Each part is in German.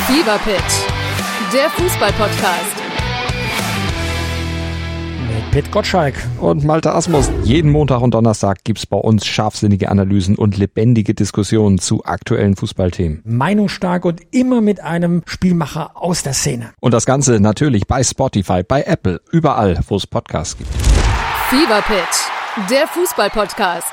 Fever Pitch, der Fußball-Podcast. Mit Pit Gottschalk und Malte Asmus. Jeden Montag und Donnerstag gibt's bei uns scharfsinnige Analysen und lebendige Diskussionen zu aktuellen Fußballthemen. Meinungsstark und immer mit einem Spielmacher aus der Szene. Und das Ganze natürlich bei Spotify, bei Apple, überall, wo es Podcasts gibt. Fever Pitch, der Fußball-Podcast.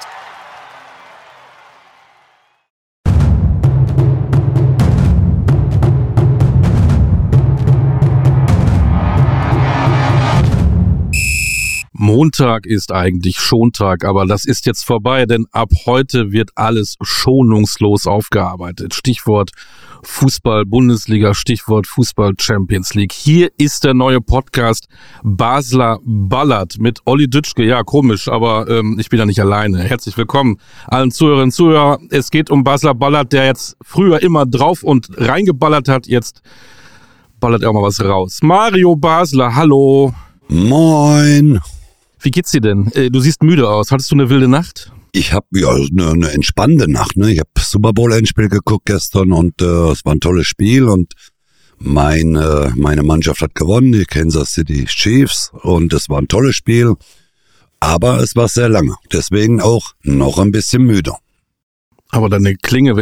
Montag ist eigentlich Schontag, aber das ist jetzt vorbei, denn ab heute wird alles schonungslos aufgearbeitet. Stichwort Fußball-Bundesliga, Stichwort Fußball-Champions League. Hier ist der neue Podcast Basler Ballert mit Olli Dütschke. Ja, komisch, aber ich bin ja nicht alleine. Herzlich willkommen allen Zuhörerinnen und Zuhörer. Es geht um Basler Ballert, der jetzt früher immer drauf und reingeballert hat. Jetzt ballert er auch mal was raus. Mario Basler, hallo. Moin. Wie geht's dir denn? Du siehst müde aus. Hattest du eine wilde Nacht? Ich habe ja eine entspannende Nacht. Ne? Ich habe Super Bowl Endspiel geguckt gestern und es war ein tolles Spiel und meine Mannschaft hat gewonnen, die Kansas City Chiefs, und es war ein tolles Spiel, aber es war sehr lange. Deswegen auch noch ein bisschen müde. Aber deine Stimme,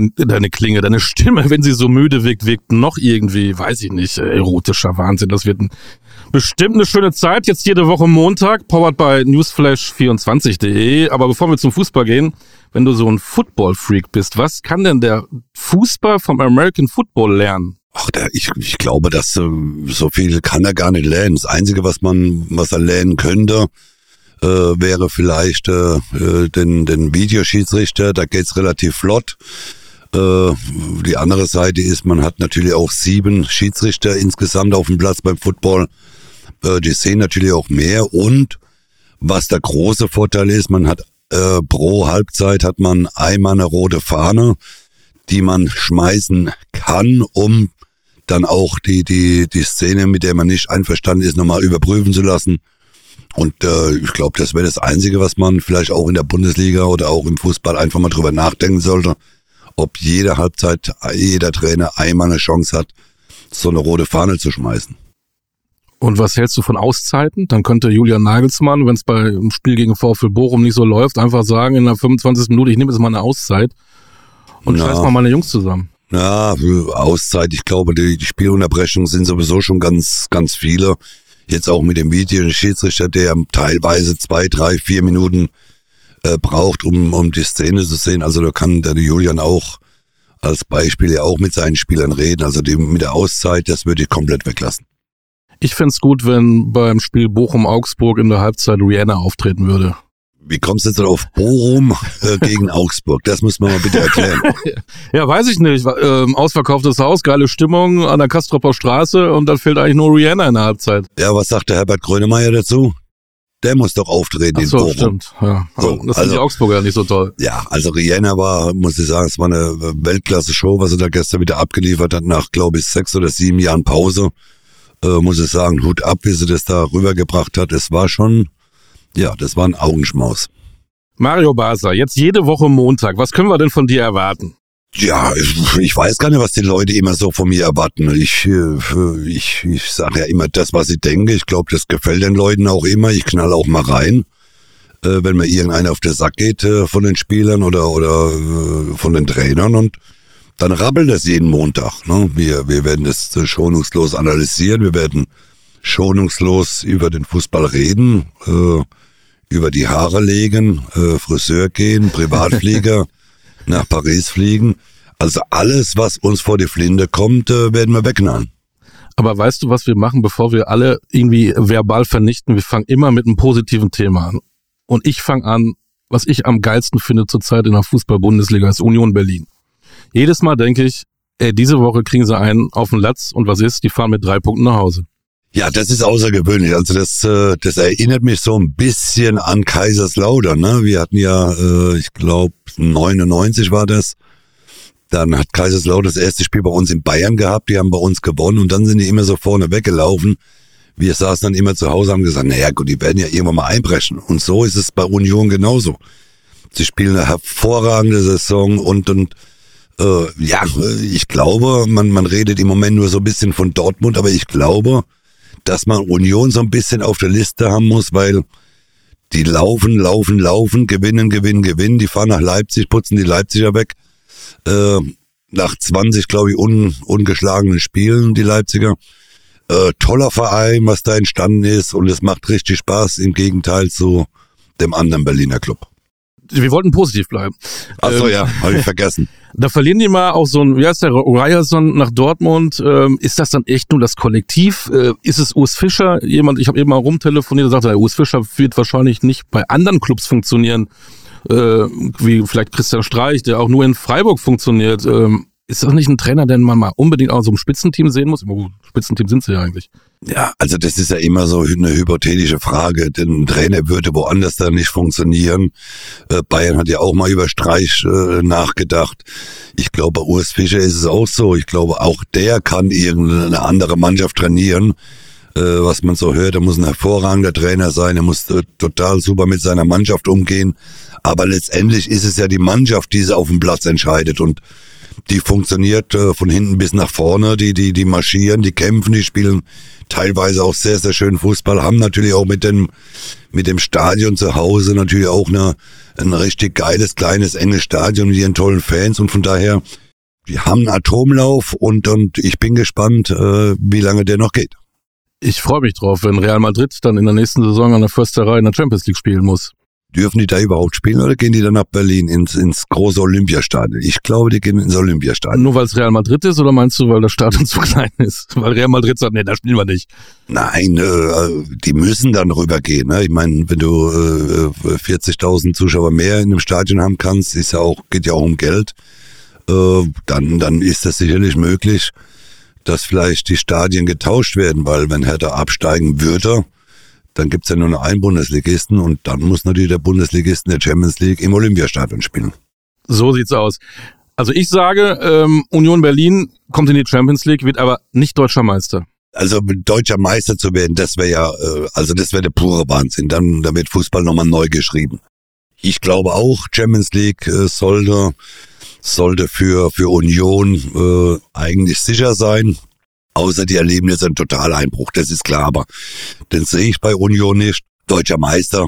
wenn sie so müde wirkt noch irgendwie, weiß ich nicht, erotischer Wahnsinn. Das wird bestimmt eine schöne Zeit. Jetzt jede Woche Montag, powered by newsflash24.de. Aber bevor wir zum Fußball gehen, wenn du so ein Football-Freak bist, was kann denn der Fußball vom American Football lernen? Ach, ich glaube, dass so viel kann er gar nicht lernen. Das Einzige, was er lernen könnte, wäre vielleicht den Videoschiedsrichter. Da geht's relativ flott. Die andere Seite ist, man hat natürlich auch 7 Schiedsrichter insgesamt auf dem Platz beim Football. Die sehen natürlich auch mehr, und was der große Vorteil ist, man hat pro Halbzeit hat man einmal eine rote Fahne, die man schmeißen kann, um dann auch die Szene, mit der man nicht einverstanden ist, nochmal überprüfen zu lassen. Und ich glaube, das wäre das Einzige, was man vielleicht auch in der Bundesliga oder auch im Fußball einfach mal drüber nachdenken sollte, ob jede Halbzeit jeder Trainer einmal eine Chance hat, so eine rote Fahne zu schmeißen. Und was hältst du von Auszeiten? Dann könnte Julian Nagelsmann, wenn es beim Spiel gegen VfL Bochum nicht so läuft, einfach sagen, in der 25. Minute, ich nehme jetzt mal eine Auszeit und scheiß mal meine Jungs zusammen. Ja, Auszeit, ich glaube, die Spielunterbrechungen sind sowieso schon ganz, ganz viele. Jetzt auch mit dem Video-Schiedsrichter, der teilweise 2, 3, 4 Minuten braucht, um die Szene zu sehen. Also da kann der Julian auch als Beispiel ja auch mit seinen Spielern reden. Also mit der Auszeit, das würde ich komplett weglassen. Ich find's gut, wenn beim Spiel Bochum-Augsburg in der Halbzeit Rihanna auftreten würde. Wie kommst du jetzt auf Bochum gegen Augsburg? Das muss man mal bitte erklären. Ja, weiß ich nicht. Ausverkauftes Haus, geile Stimmung an der Kastropper Straße, und dann fehlt eigentlich nur Rihanna in der Halbzeit. Ja, was sagt der Herbert Grönemeyer dazu? Der muss doch auftreten in Bochum. Stimmt. Ja. So, das sind die Augsburger nicht so toll. Ja, also Rihanna war, muss ich sagen, es war eine Weltklasse-Show, was er da gestern wieder abgeliefert hat, nach, glaube ich, 6 oder 7 Jahren Pause. Muss ich sagen, Hut ab, wie sie das da rübergebracht hat. Es war schon, ja, das war ein Augenschmaus. Mario Basler, jetzt jede Woche Montag. Was können wir denn von dir erwarten? Ja, ich weiß gar nicht, was die Leute immer so von mir erwarten. Ich sage ja immer das, was ich denke. Ich glaube, das gefällt den Leuten auch immer. Ich knall auch mal rein, wenn mir irgendeiner auf den Sack geht von den Spielern oder von den Trainern, und dann rappelt das jeden Montag. Ne? Wir werden das schonungslos analysieren. Wir werden schonungslos über den Fußball reden, über die Haare legen, Friseur gehen, Privatflieger, nach Paris fliegen. Also alles, was uns vor die Flinte kommt, werden wir wegknallen. Aber weißt du, was wir machen, bevor wir alle irgendwie verbal vernichten? Wir fangen immer mit einem positiven Thema an. Und ich fange an, was ich am geilsten finde zurzeit in der Fußball-Bundesliga, ist Union Berlin. Jedes Mal denke ich, diese Woche kriegen sie einen auf den Latz, und was ist? Die fahren mit 3 Punkten nach Hause. Ja, das ist außergewöhnlich. Also das erinnert mich so ein bisschen an Kaiserslautern. Ne? Wir hatten ja, ich glaube 99 war das. Dann hat Kaiserslautern das erste Spiel bei uns in Bayern gehabt. Die haben bei uns gewonnen, und dann sind die immer so vorne weggelaufen. Wir saßen dann immer zu Hause und haben gesagt, naja gut, die werden ja irgendwann mal einbrechen. Und so ist es bei Union genauso. Sie spielen eine hervorragende Saison und Ich glaube, man redet im Moment nur so ein bisschen von Dortmund, aber ich glaube, dass man Union so ein bisschen auf der Liste haben muss, weil die laufen, gewinnen. Die fahren nach Leipzig, putzen die Leipziger weg. Nach 20, glaube ich, ungeschlagenen Spielen, die Leipziger. Toller Verein, was da entstanden ist, und es macht richtig Spaß, im Gegenteil zu dem anderen Berliner Club. Wir wollten positiv bleiben. Achso, ja, habe ich vergessen. Da verlieren die mal auch so ein, wie heißt der, Ryerson nach Dortmund. Ist das dann echt nur das Kollektiv? Ist es Urs Fischer? Ich habe eben mal rumtelefoniert, der sagte, Urs Fischer wird wahrscheinlich nicht bei anderen Clubs funktionieren, wie vielleicht Christian Streich, der auch nur in Freiburg funktioniert. Ist das nicht ein Trainer, den man mal unbedingt auch so im Spitzenteam sehen muss? Spitzenteam sind sie ja eigentlich. Ja, also das ist ja immer so eine hypothetische Frage, denn ein Trainer würde woanders da nicht funktionieren. Bayern hat ja auch mal über Streich nachgedacht. Ich glaube, bei Urs Fischer ist es auch so. Ich glaube, auch der kann irgendeine andere Mannschaft trainieren. Was man so hört, er muss ein hervorragender Trainer sein, er muss total super mit seiner Mannschaft umgehen. Aber letztendlich ist es ja die Mannschaft, die sie auf dem Platz entscheidet, und die funktioniert von hinten bis nach vorne, die marschieren, die kämpfen, die spielen teilweise auch sehr, sehr schön Fußball, haben natürlich auch mit dem Stadion zu Hause natürlich auch ein richtig geiles, kleines, enges Stadion mit ihren tollen Fans, und von daher, die haben einen Atomlauf, und ich bin gespannt, wie lange der noch geht. Ich freue mich drauf, wenn Real Madrid dann in der nächsten Saison an der Försterei in der Champions League spielen muss. Dürfen die da überhaupt spielen, oder gehen die dann nach Berlin ins große Olympiastadion? Ich glaube, die gehen ins Olympiastadion. Nur weil es Real Madrid ist, oder meinst du, weil das Stadion zu klein ist? Weil Real Madrid sagt, nee, da spielen wir nicht. Nein, die müssen dann rübergehen. Ne? Ich meine, wenn du 40.000 Zuschauer mehr in einem Stadion haben kannst, geht ja auch um Geld, dann ist das sicherlich möglich, dass vielleicht die Stadien getauscht werden, weil wenn Hertha absteigen würde, dann gibt's ja nur noch einen Bundesligisten, und dann muss natürlich der Bundesligisten der Champions League im Olympiastadion spielen. So sieht's aus. Also ich sage, Union Berlin kommt in die Champions League, wird aber nicht deutscher Meister. Also deutscher Meister zu werden, das wäre ja, das wäre der pure Wahnsinn. Dann wird Fußball nochmal neu geschrieben. Ich glaube auch, Champions League sollte für Union eigentlich sicher sein. Außer die erleben jetzt einen Totaleinbruch, das ist klar, aber den sehe ich bei Union nicht. Deutscher Meister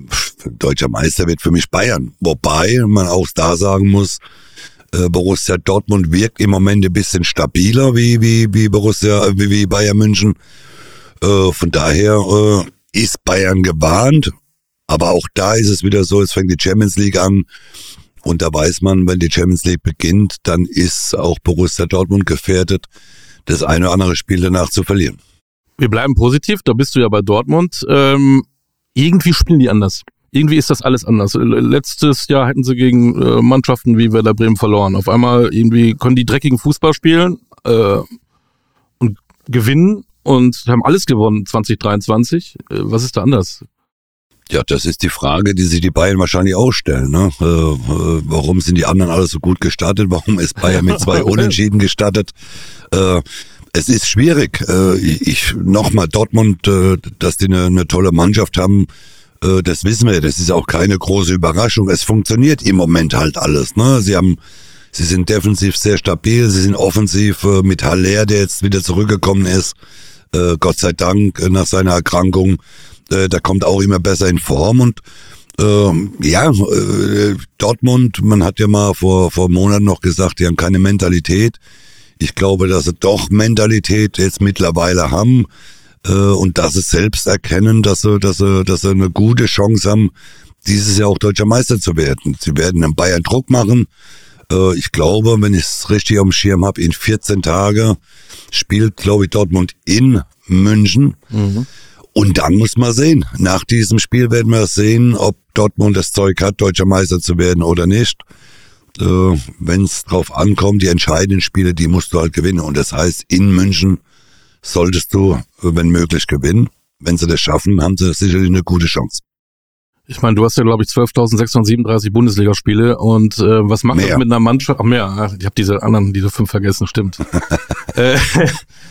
wird für mich Bayern. Wobei man auch da sagen muss, Borussia Dortmund wirkt im Moment ein bisschen stabiler wie Bayern München. Von daher ist Bayern gewarnt, aber auch da ist es wieder so, es fängt die Champions League an. Und da weiß man, wenn die Champions League beginnt, dann ist auch Borussia Dortmund gefährdet, das eine oder andere Spiel danach zu verlieren. Wir bleiben positiv, da bist du ja bei Dortmund. Irgendwie spielen die anders. Irgendwie ist das alles anders. Letztes Jahr hätten sie gegen Mannschaften wie Werder Bremen verloren. Auf einmal irgendwie können die dreckigen Fußball spielen und gewinnen und haben alles gewonnen 2023. Was ist da anders? Ja, das ist die Frage, die sich die Bayern wahrscheinlich auch stellen. Ne? Warum sind die anderen alle so gut gestartet? Warum ist Bayern mit 2 Unentschieden gestartet? Es ist schwierig. Dortmund, dass die eine tolle Mannschaft haben, das wissen wir. Das ist auch keine große Überraschung. Es funktioniert im Moment halt alles. Ne? Sie sind defensiv sehr stabil. Sie sind offensiv mit Haller, der jetzt wieder zurückgekommen ist. Gott sei Dank nach seiner Erkrankung. Da kommt auch immer besser in Form, und Dortmund, man hat ja mal vor Monaten noch gesagt, die haben keine Mentalität. Ich glaube, dass sie doch Mentalität jetzt mittlerweile haben und dass sie selbst erkennen, dass sie eine gute Chance haben, dieses Jahr auch deutscher Meister zu werden. Sie werden in Bayern Druck machen. Ich glaube, wenn ich es richtig auf dem Schirm habe, in 14 Tagen spielt, glaube ich, Dortmund in München. Mhm. Und dann muss man sehen. Nach diesem Spiel werden wir sehen, ob Dortmund das Zeug hat, deutscher Meister zu werden oder nicht. Wenn es drauf ankommt, die entscheidenden Spiele, die musst du halt gewinnen. Und das heißt, in München solltest du, wenn möglich, gewinnen. Wenn sie das schaffen, haben sie sicherlich eine gute Chance. Ich meine, du hast ja, glaube ich, 12.637 Bundesligaspiele. Und was macht das mit einer Mannschaft? Ach, mehr. Ich habe diese 5 vergessen, stimmt.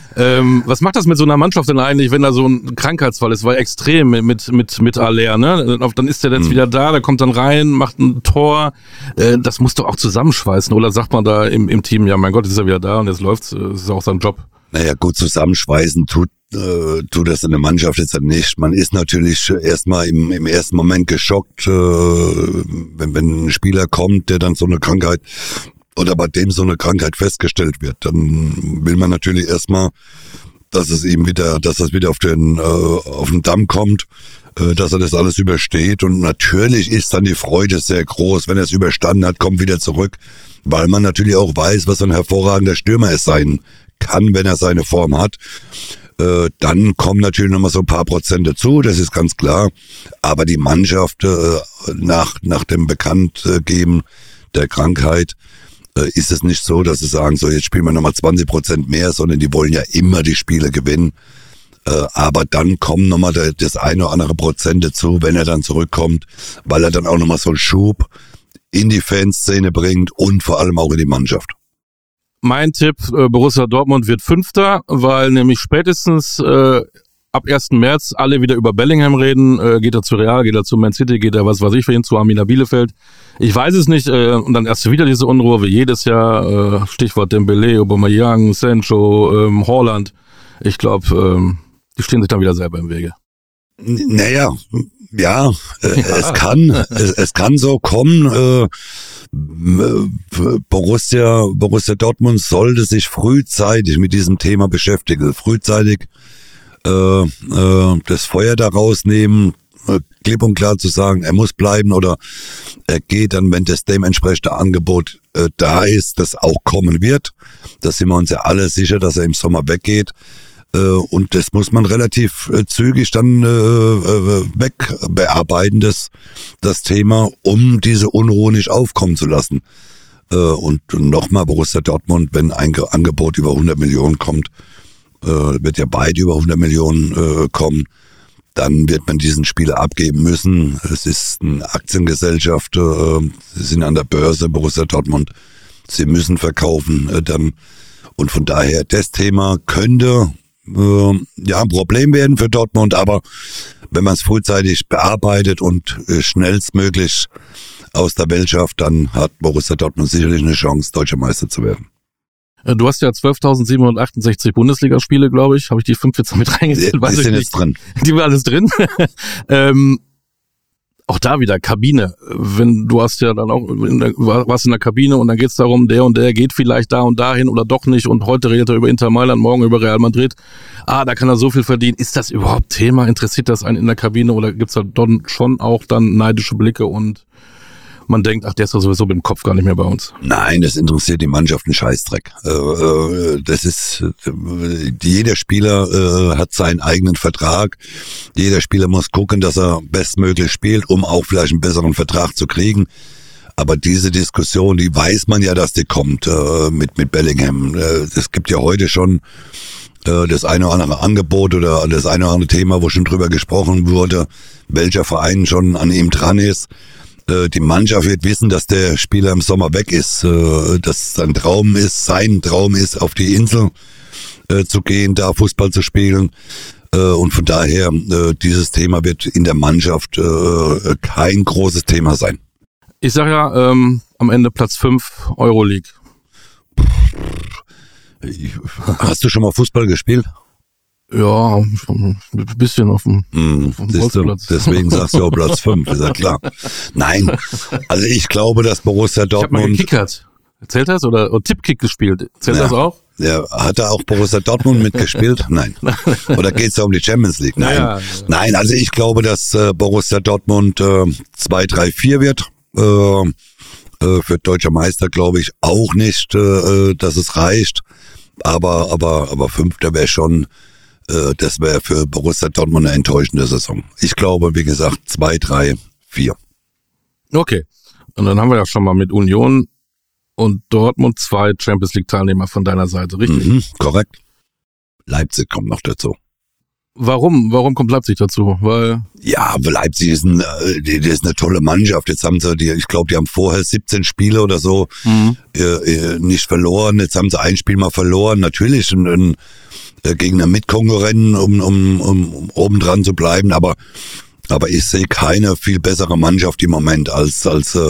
Was macht das mit so einer Mannschaft denn eigentlich, wenn da so ein Krankheitsfall ist? War extrem mit Aller, ne? Dann ist der jetzt wieder da, der kommt dann rein, macht ein Tor. Das muss doch auch zusammenschweißen. Oder sagt man da im Team, ja mein Gott, jetzt ist er wieder da und jetzt läuft's, das ist auch sein Job. Naja, gut, zusammenschweißen tut das in der Mannschaft jetzt nicht. Man ist natürlich erstmal im ersten Moment geschockt, wenn ein Spieler kommt, der dann so eine Krankheit oder bei dem so eine Krankheit festgestellt wird. Dann will man natürlich erstmal, dass das wieder auf den Damm kommt, dass er das alles übersteht. Und natürlich ist dann die Freude sehr groß, wenn er es überstanden hat, kommt wieder zurück, weil man natürlich auch weiß, was ein hervorragender Stürmer es sein kann, wenn er seine Form hat. Dann kommen natürlich nochmal so ein paar Prozent dazu, das ist ganz klar. Aber die Mannschaft nach dem Bekanntgeben der Krankheit ist es nicht so, dass sie sagen, so jetzt spielen wir nochmal 20% mehr, sondern die wollen ja immer die Spiele gewinnen. Aber dann kommen nochmal das eine oder andere Prozent dazu, wenn er dann zurückkommt, weil er dann auch nochmal so einen Schub in die Fanszene bringt und vor allem auch in die Mannschaft. Mein Tipp, Borussia Dortmund wird Fünfter, weil nämlich spätestens ab 1. März alle wieder über Bellingham reden. Geht er zu Real, geht er zu Man City, geht er was weiß ich für ihn, zu Arminia Bielefeld. Ich weiß es nicht. Und dann erst wieder diese Unruhe wie jedes Jahr. Stichwort Dembélé, Aubameyang, Sancho, Haaland. Ich glaube, die stehen sich dann wieder selber im Wege. Naja, ja, es kann so kommen. Borussia Dortmund sollte sich frühzeitig mit diesem Thema beschäftigen, frühzeitig das Feuer da rausnehmen, klipp und klar zu sagen, er muss bleiben oder er geht dann, wenn das dementsprechende Angebot da ist, das auch kommen wird. Da sind wir uns ja alle sicher, dass er im Sommer weggeht. Und das muss man relativ zügig dann wegbearbeiten, das Thema, um diese Unruhe nicht aufkommen zu lassen. Und nochmal Borussia Dortmund, wenn ein Angebot über 100 Millionen kommt, wird ja beide über 100 Millionen kommen, dann wird man diesen Spieler abgeben müssen. Es ist eine Aktiengesellschaft, sie sind an der Börse, Borussia Dortmund, sie müssen verkaufen dann. Und von daher, das Thema könnte ein Problem werden für Dortmund, aber wenn man es frühzeitig bearbeitet und schnellstmöglich aus der Welt schafft, dann hat Borussia Dortmund sicherlich eine Chance, deutscher Meister zu werden. Du hast ja 12.768 Bundesligaspiele, glaube ich. Habe ich die 5 jetzt mit reingezählt? Die sind jetzt drin. Die waren alles drin. Auch da wieder Kabine. Du hast ja dann auch warst in der Kabine und dann geht's darum, der und der geht vielleicht da und dahin oder doch nicht und heute redet er über Inter Mailand, morgen über Real Madrid. Da kann er so viel verdienen. Ist das überhaupt Thema? Interessiert das einen in der Kabine oder gibt's da dann schon auch dann neidische Blicke und man denkt, der ist doch sowieso mit dem Kopf gar nicht mehr bei uns? Nein, das interessiert die Mannschaft einen Scheißdreck. Das ist, jeder Spieler hat seinen eigenen Vertrag. Jeder Spieler muss gucken, dass er bestmöglich spielt, um auch vielleicht einen besseren Vertrag zu kriegen. Aber diese Diskussion, die weiß man ja, dass die kommt mit Bellingham. Es gibt ja heute schon das eine oder andere Angebot oder das eine oder andere Thema, wo schon drüber gesprochen wurde, welcher Verein schon an ihm dran ist. Die Mannschaft wird wissen, dass der Spieler im Sommer weg ist, dass sein Traum ist, auf die Insel zu gehen, da Fußball zu spielen. Und von daher, dieses Thema wird in der Mannschaft kein großes Thema sein. Ich sage ja, am Ende Platz 5 Euroleague. Hast du schon mal Fußball gespielt? Ja, ein bisschen auf dem Bolzplatz. Deswegen sagst du auch Platz 5, ist ja klar. Nein, also ich glaube, dass Borussia Dortmund... Ich habe mal gekickert. Zählt das? Oder Tippkick gespielt. Zählt das auch? Ja, hat da auch Borussia Dortmund mitgespielt? Nein. Oder geht es da um die Champions League? Nein. Ja. Nein, also ich glaube, dass Borussia Dortmund 2, 3, 4 wird. Für deutscher Meister glaube ich auch nicht, dass es reicht. Aber 5. wäre schon... Das wäre für Borussia Dortmund eine enttäuschende Saison. Ich glaube, wie gesagt, 2, 3, 4. Okay. Und dann haben wir ja schon mal mit Union und Dortmund 2 Champions League Teilnehmer von deiner Seite, richtig? Korrekt. Leipzig kommt noch dazu. Warum kommt Leipzig dazu? Weil Leipzig ist eine tolle Mannschaft. Jetzt haben sie ich glaube, die haben vorher 17 Spiele oder so nicht verloren. Jetzt haben sie ein Spiel mal verloren. Natürlich gegen einen Mitkonkurrenten, um oben dran zu bleiben. Aber ich sehe keine viel bessere Mannschaft im Moment als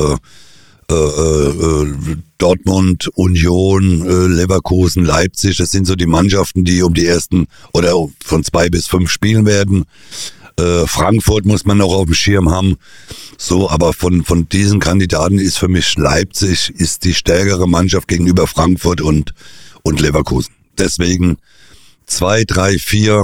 Dortmund, Union, Leverkusen, Leipzig. Das sind so die Mannschaften, die um die ersten oder von 2 bis 5 spielen werden. Frankfurt muss man noch auf dem Schirm haben. So, aber von diesen Kandidaten ist für mich Leipzig ist die stärkere Mannschaft gegenüber Frankfurt und Leverkusen. Deswegen 2, 3, 4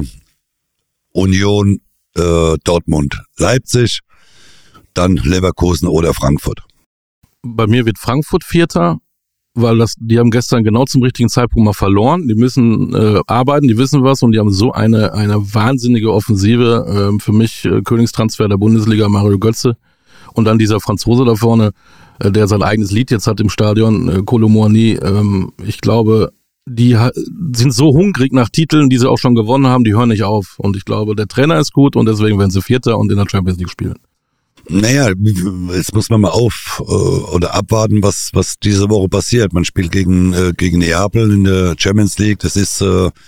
Union, Dortmund, Leipzig, dann Leverkusen oder Frankfurt. Bei mir wird Frankfurt Vierter, weil die haben gestern genau zum richtigen Zeitpunkt mal verloren. Die müssen arbeiten, die wissen was und die haben so eine wahnsinnige Offensive. Für mich Königstransfer der Bundesliga, Mario Götze. Und dann dieser Franzose da vorne, der sein eigenes Lied jetzt hat im Stadion, Kolo Muani. Ich glaube, die sind so hungrig nach Titeln, die sie auch schon gewonnen haben, die hören nicht auf. Und ich glaube, der Trainer ist gut und deswegen werden sie Vierter und in der Champions League spielen. Naja, jetzt muss man mal oder abwarten, was diese Woche passiert. Man spielt gegen Neapel in der Champions League. Das ist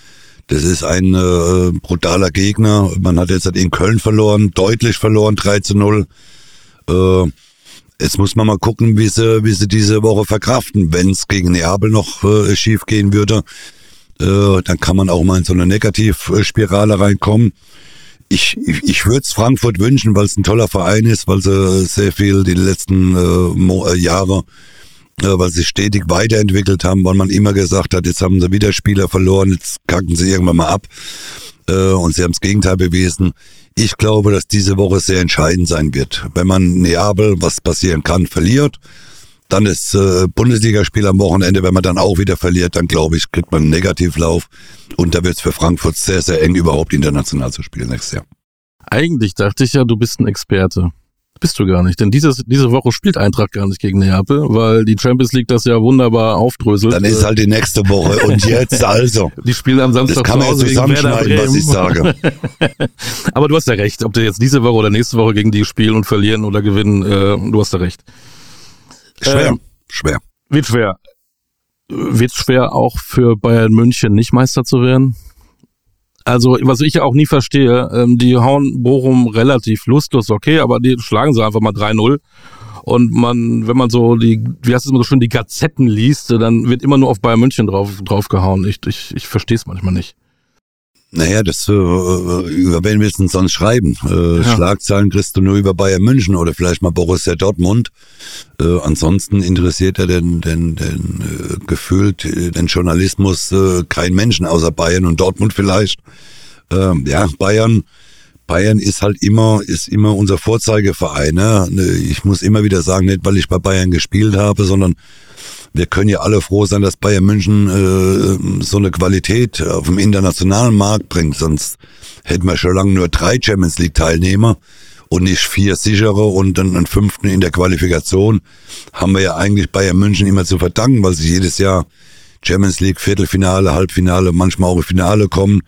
ein brutaler Gegner. Man hat jetzt in Köln verloren, deutlich verloren, 3-0. Jetzt muss man mal gucken, wie sie diese Woche verkraften. Wenn es gegen Neapel noch schief gehen würde, dann kann man auch mal in so eine Negativspirale reinkommen. Ich würde es Frankfurt wünschen, weil es ein toller Verein ist, weil sie sehr viel die letzten Jahre, weil sie stetig weiterentwickelt haben, weil man immer gesagt hat, jetzt haben sie wieder Spieler verloren, jetzt kacken sie irgendwann mal ab und sie haben das Gegenteil bewiesen. Ich glaube, dass diese Woche sehr entscheidend sein wird. Wenn man Neapel, was passieren kann, verliert, dann ist Bundesligaspiel am Wochenende, wenn man dann auch wieder verliert, dann glaube ich, kriegt man einen Negativlauf. Und da wird es für Frankfurt sehr, sehr eng, überhaupt international zu spielen nächstes Jahr. Eigentlich dachte ich ja, du bist ein Experte. Bist du gar nicht, denn diese Woche spielt Eintracht gar nicht gegen Neapel, weil die Champions League das ja wunderbar aufdröselt. Dann ist halt die nächste Woche und jetzt also. Die spielen am Samstag das kann man jetzt zusammenschneiden, was ich sage. Aber du hast ja recht, ob du jetzt diese Woche oder nächste Woche gegen die spielen und verlieren oder gewinnen, du hast ja recht. Schwer. Wird schwer. Wird schwer auch für Bayern München nicht Meister zu werden? Also, was ich ja auch nie verstehe, die hauen Bochum relativ lustlos, okay, aber die schlagen sie einfach mal 3-0. Und wenn man so wie heißt es immer so schön, die Gazetten liest, dann wird immer nur auf Bayern München draufgehauen. Ich verstehe es manchmal nicht. Naja, über wen willst du denn sonst schreiben? Schlagzeilen kriegst du nur über Bayern München oder vielleicht mal Borussia Dortmund. Ansonsten interessiert er gefühlt den Journalismus kein Menschen außer Bayern und Dortmund vielleicht. Bayern ist halt immer unser Vorzeigeverein. Ne? Ich muss immer wieder sagen, nicht weil ich bei Bayern gespielt habe, sondern wir können ja alle froh sein, dass Bayern München so eine Qualität auf dem internationalen Markt bringt. Sonst hätten wir schon lange nur 3 Champions League Teilnehmer und nicht 4 sichere und dann einen 5. in der Qualifikation. Haben wir ja eigentlich Bayern München immer zu verdanken, weil sie jedes Jahr Champions League Viertelfinale, Halbfinale, manchmal auch Finale kommen.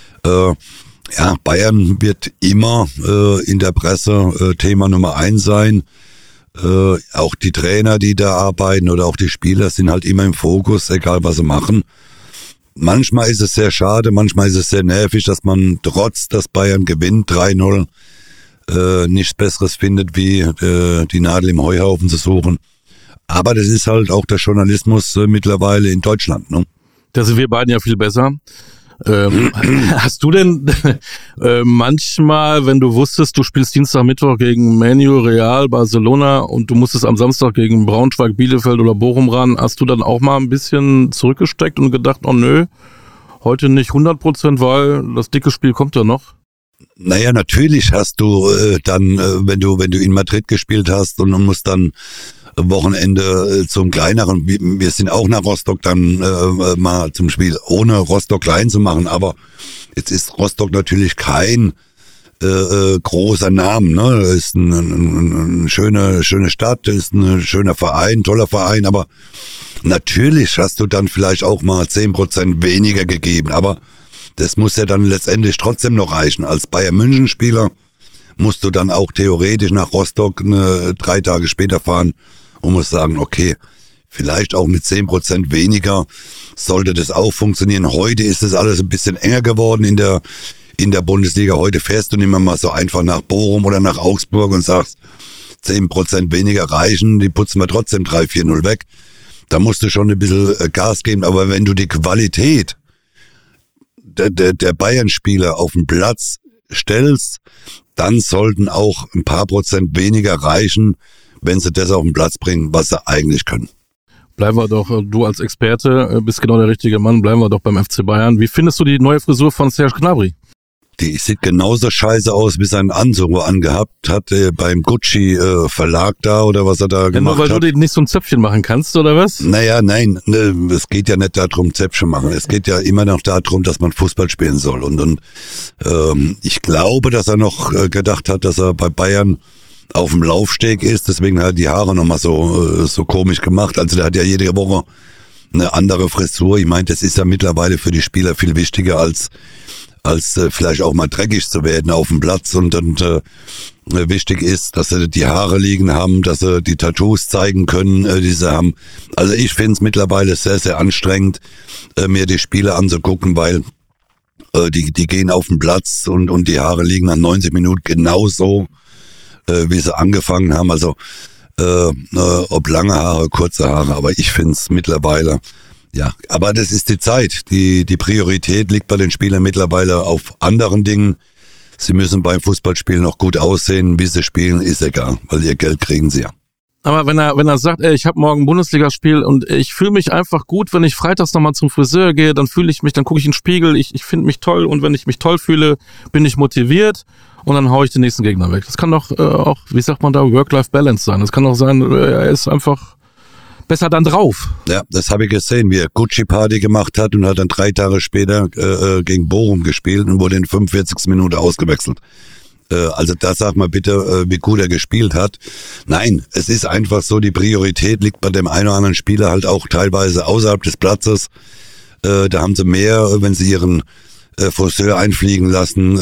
Bayern wird immer in der Presse Thema Nummer 1 sein. Auch die Trainer, die da arbeiten oder auch die Spieler sind halt immer im Fokus, egal was sie machen. Manchmal ist es sehr schade, manchmal ist es sehr nervig, dass man trotz, dass Bayern gewinnt 3-0, nichts Besseres findet, wie die Nadel im Heuhaufen zu suchen. Aber das ist halt auch der Journalismus mittlerweile in Deutschland. Ne? Da sind wir beiden ja viel besser. Hast du denn manchmal, wenn du wusstest, du spielst Dienstag, Mittwoch gegen Man U, Real, Barcelona und du musstest am Samstag gegen Braunschweig, Bielefeld oder Bochum ran, hast du dann auch mal ein bisschen zurückgesteckt und gedacht, oh nö, heute nicht 100%, weil das dicke Spiel kommt ja noch? Naja, natürlich hast du dann, wenn du in Madrid gespielt hast und musst dann Wochenende zum kleineren, wir sind auch nach Rostock dann mal zum Spiel, ohne Rostock klein zu machen, aber jetzt ist Rostock natürlich kein großer Name, ne? Ist eine schöne Stadt, ist ein schöner Verein, toller Verein, aber natürlich hast du dann vielleicht auch mal 10% weniger gegeben, aber das muss ja dann letztendlich trotzdem noch reichen. Als Bayern-München-Spieler musst du dann auch theoretisch nach Rostock 3 Tage später fahren und musst sagen, okay, Vielleicht auch mit 10% weniger sollte das auch funktionieren. Heute ist das alles ein bisschen enger geworden in der Bundesliga. Heute fährst du nicht mehr mal so einfach nach Bochum oder nach Augsburg und sagst, 10% weniger reichen, die putzen wir trotzdem 3-4-0 weg. Da musst du schon ein bisschen Gas geben. Aber wenn du die Qualität der Bayern-Spieler auf den Platz stellst, dann sollten auch ein paar Prozent weniger reichen, wenn sie das auf den Platz bringen, was sie eigentlich können. Bleiben wir doch, du als Experte bist genau der richtige Mann, bleiben wir doch beim FC Bayern. Wie findest du die neue Frisur von Serge Gnabry? Die sieht genauso scheiße aus, wie sein Anzug angehabt hat beim Gucci Verlag da oder was er da gemacht hat. Nur weil du dir nicht so ein Zöpfchen machen kannst, oder was? Naja, nein, es geht ja nicht darum, Zöpfchen machen. Es geht ja immer noch darum, dass man Fußball spielen soll. Und ich glaube, dass er noch gedacht hat, dass er bei Bayern auf dem Laufsteg ist. Deswegen hat er die Haare nochmal so komisch gemacht. Also der hat ja jede Woche eine andere Frisur. Ich meine, das ist ja mittlerweile für die Spieler viel wichtiger als vielleicht auch mal dreckig zu werden auf dem Platz und wichtig ist, dass sie die Haare liegen haben, dass sie die Tattoos zeigen können, die sie haben. Also ich finde es mittlerweile sehr, sehr anstrengend, mir die Spiele anzugucken, weil die gehen auf den Platz und die Haare liegen nach 90 Minuten genauso, wie sie angefangen haben. Also ob lange Haare, kurze Haare, aber ich finde es mittlerweile. Ja, aber das ist die Zeit. Die Priorität liegt bei den Spielern mittlerweile auf anderen Dingen. Sie müssen beim Fußballspielen noch gut aussehen. Wie sie spielen, ist egal, weil ihr Geld kriegen sie ja. Aber wenn er sagt, ich habe morgen ein Bundesligaspiel und ich fühle mich einfach gut, wenn ich freitags nochmal zum Friseur gehe, dann gucke ich in den Spiegel, ich finde mich toll und wenn ich mich toll fühle, bin ich motiviert und dann haue ich den nächsten Gegner weg. Das kann doch auch, wie sagt man da, Work-Life-Balance sein. Das kann auch sein, er ist einfach besser dann drauf. Ja, das habe ich gesehen, wie er Gucci-Party gemacht hat und hat dann 3 Tage später gegen Bochum gespielt und wurde in 45. Minute ausgewechselt. Also da sag mal bitte, wie gut er gespielt hat. Nein, es ist einfach so, die Priorität liegt bei dem einen oder anderen Spieler halt auch teilweise außerhalb des Platzes. Da haben sie mehr, wenn sie ihren Friseur einfliegen lassen.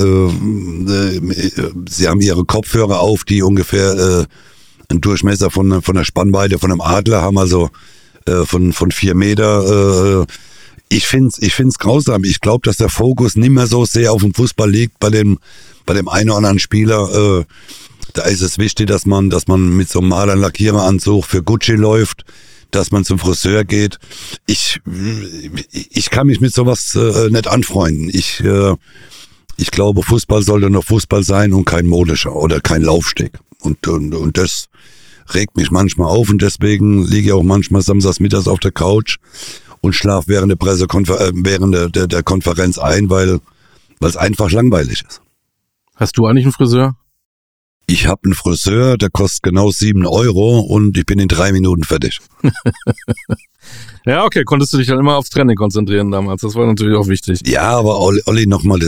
Sie haben ihre Kopfhörer auf, die ungefähr einen Durchmesser von der Spannweite von einem Adler haben, also von 4 Meter. Ich find's grausam. Ich glaube, dass der Fokus nicht mehr so sehr auf dem Fußball liegt bei dem einen oder anderen Spieler. Da ist es wichtig, dass man mit so einem Maler-Lackierer-Anzug für Gucci läuft, dass man zum Friseur geht. Ich kann mich mit sowas nicht anfreunden. Ich glaube, Fußball sollte noch Fußball sein und kein modischer oder kein Laufsteg. Und das regt mich manchmal auf und deswegen liege ich auch manchmal samstags mittags auf der Couch und schlafe während der Konferenz ein, weil es einfach langweilig ist. Hast du eigentlich einen Friseur? Ich habe einen Friseur, der kostet genau 7 € und ich bin in 3 Minuten fertig. Ja, okay, konntest du dich dann immer aufs Training konzentrieren damals, das war natürlich auch wichtig. Ja, aber Olli, nochmal,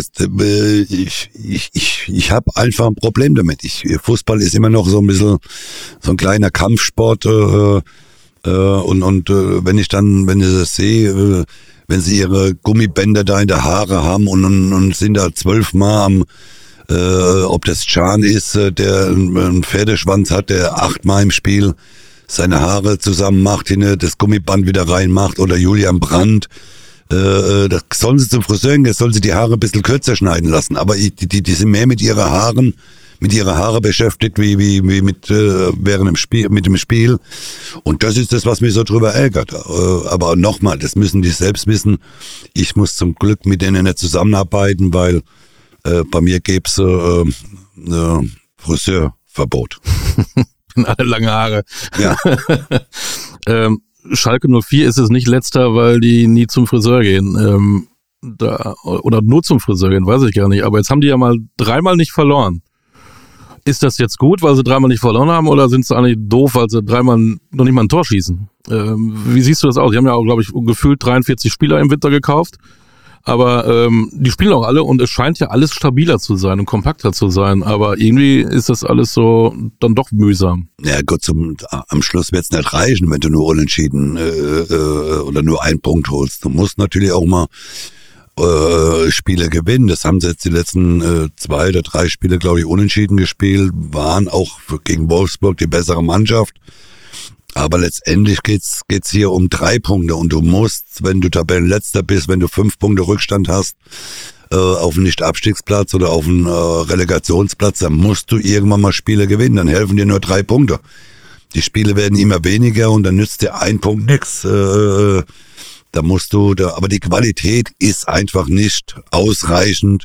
ich habe einfach ein Problem damit. Fußball ist immer noch so ein bisschen so ein kleiner Kampfsport und wenn ich das sehe, wenn sie ihre Gummibänder da in der Haare haben und sind da 12 Mal am ob das Can ist, der einen Pferdeschwanz hat, der 8 Mal im Spiel seine Haare zusammen macht, das Gummiband wieder reinmacht, oder Julian Brandt. Das sollen sie zum Friseur gehen, sollen sie die Haare ein bisschen kürzer schneiden lassen. Aber die sind mehr mit ihrer Haare beschäftigt, wie mit dem Spiel. Und das ist das, was mich so drüber ärgert. Aber nochmal, das müssen die selbst wissen. Ich muss zum Glück mit denen nicht zusammenarbeiten, weil bei mir gäbe es Friseurverbot. Alle lange Haare. Ja. Schalke 04 ist es nicht letzter, weil die nie zum Friseur gehen. Oder nur zum Friseur gehen, weiß ich gar nicht. Aber jetzt haben die ja mal 3-mal nicht verloren. Ist das jetzt gut, weil sie 3-mal nicht verloren haben, oder sind sie eigentlich doof, weil sie 3-mal noch nicht mal ein Tor schießen? Wie siehst du das aus? Die haben ja auch, glaube ich, gefühlt 43 Spieler im Winter gekauft. Aber die spielen auch alle und es scheint ja alles stabiler zu sein und kompakter zu sein. Aber irgendwie ist das alles so dann doch mühsam. Ja gut, am Schluss wird es nicht reichen, wenn du nur unentschieden oder nur einen Punkt holst. Du musst natürlich auch mal Spiele gewinnen. Das haben sie jetzt die letzten 2 oder 3 Spiele, glaube ich, unentschieden gespielt. Waren auch gegen Wolfsburg die bessere Mannschaft. Aber letztendlich geht's hier um 3 Punkte und du musst, wenn du Tabellenletzter bist, wenn du 5 Punkte Rückstand hast, auf einen Nicht-Abstiegsplatz oder auf einen Relegationsplatz, dann musst du irgendwann mal Spiele gewinnen, dann helfen dir nur 3 Punkte. Die Spiele werden immer weniger und dann nützt dir 1 Punkt nix. Aber die Qualität ist einfach nicht ausreichend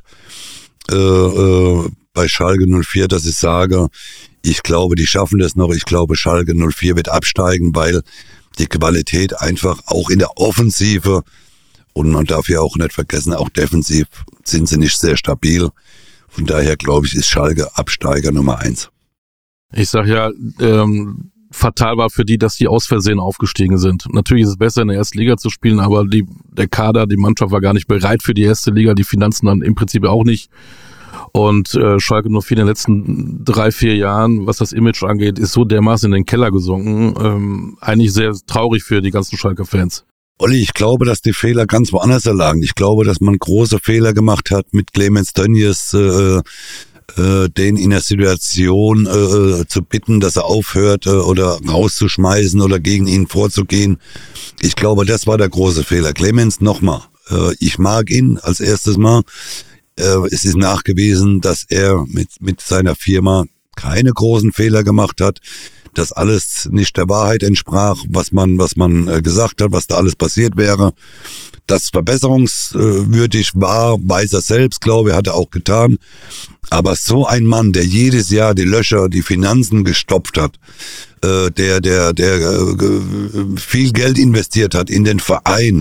bei Schalke 04, dass ich sage, ich glaube, die schaffen das noch. Ich glaube, Schalke 04 wird absteigen, weil die Qualität einfach auch in der Offensive, und man darf ja auch nicht vergessen, auch defensiv sind sie nicht sehr stabil. Von daher glaube ich, ist Schalke Absteiger Nummer 1. Ich sag ja, fatal war für die, dass die aus Versehen aufgestiegen sind. Natürlich ist es besser, in der ersten Liga zu spielen, aber der Kader, die Mannschaft war gar nicht bereit für die erste Liga, die Finanzen dann im Prinzip auch nicht. Und Schalke 04 in den letzten 3-4 Jahren, was das Image angeht, ist so dermaßen in den Keller gesunken. Eigentlich sehr traurig für die ganzen Schalke-Fans. Olli, ich glaube, dass die Fehler ganz woanders lagen. Ich glaube, dass man große Fehler gemacht hat mit Clemens Tönnies, den in der Situation zu bitten, dass er aufhört oder rauszuschmeißen oder gegen ihn vorzugehen. Ich glaube, das war der große Fehler. Clemens, nochmal, ich mag ihn als erstes Mal. Es ist nachgewiesen, dass er mit seiner Firma keine großen Fehler gemacht hat, dass alles nicht der Wahrheit entsprach, was man gesagt hat, was da alles passiert wäre. Dass verbesserungswürdig war, weiß er selbst, glaube ich, hat er auch getan. Aber so ein Mann, der jedes Jahr die Löcher, die Finanzen gestopft hat, der viel Geld investiert hat in den Verein,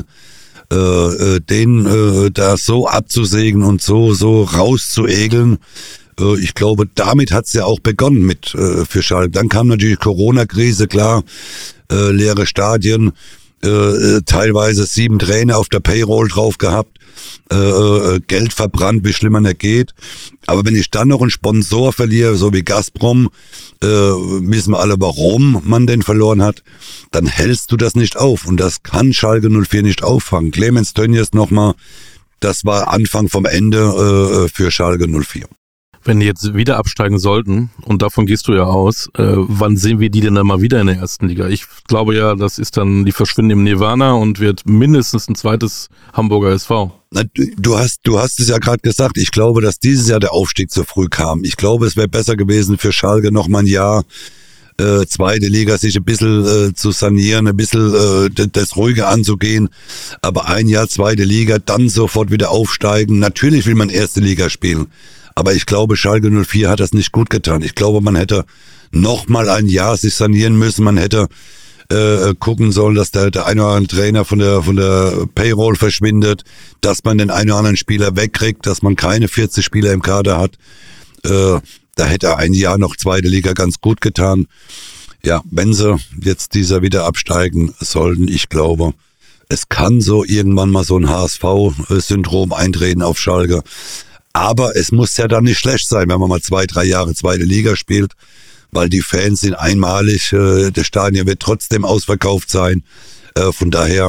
den da so abzusägen und so rauszuegeln, ich glaube, damit hat's ja auch begonnen für Schalke. Dann kam natürlich Corona-Krise, klar, leere Stadien, teilweise 7 Trainer auf der Payroll drauf gehabt, Geld verbrannt, wie schlimmer nicht geht. Aber wenn ich dann noch einen Sponsor verliere, so wie Gazprom, wissen wir alle, warum man den verloren hat, dann hältst du das nicht auf. Und das kann Schalke 04 nicht auffangen. Clemens Tönnies nochmal, das war Anfang vom Ende für Schalke 04. Wenn die jetzt wieder absteigen sollten, und davon gehst du ja aus, wann sehen wir die denn dann mal wieder in der ersten Liga? Ich glaube ja, das ist dann, die verschwinden im Nirvana und wird mindestens ein zweites Hamburger SV. Du hast es ja gerade gesagt, ich glaube, dass dieses Jahr der Aufstieg zu früh kam. Ich glaube, es wäre besser gewesen für Schalke noch mal ein Jahr, zweite Liga sich ein bisschen zu sanieren, ein bisschen das Ruhige anzugehen, aber ein Jahr zweite Liga, dann sofort wieder aufsteigen. Natürlich will man erste Liga spielen. Aber ich glaube, Schalke 04 hat das nicht gut getan. Ich glaube, man hätte noch mal ein Jahr sich sanieren müssen. Man hätte gucken sollen, dass der eine oder andere Trainer von der Payroll verschwindet, dass man den einen oder anderen Spieler wegkriegt, dass man keine 40 Spieler im Kader hat. Da hätte ein Jahr noch zweite Liga ganz gut getan. Ja, wenn sie jetzt dieser wieder absteigen sollten, ich glaube, es kann so irgendwann mal so ein HSV-Syndrom eintreten auf Schalke. Aber es muss ja dann nicht schlecht sein, wenn man mal 2-3 Jahre zweite Liga spielt, weil die Fans sind einmalig, das Stadion wird trotzdem ausverkauft sein. Von daher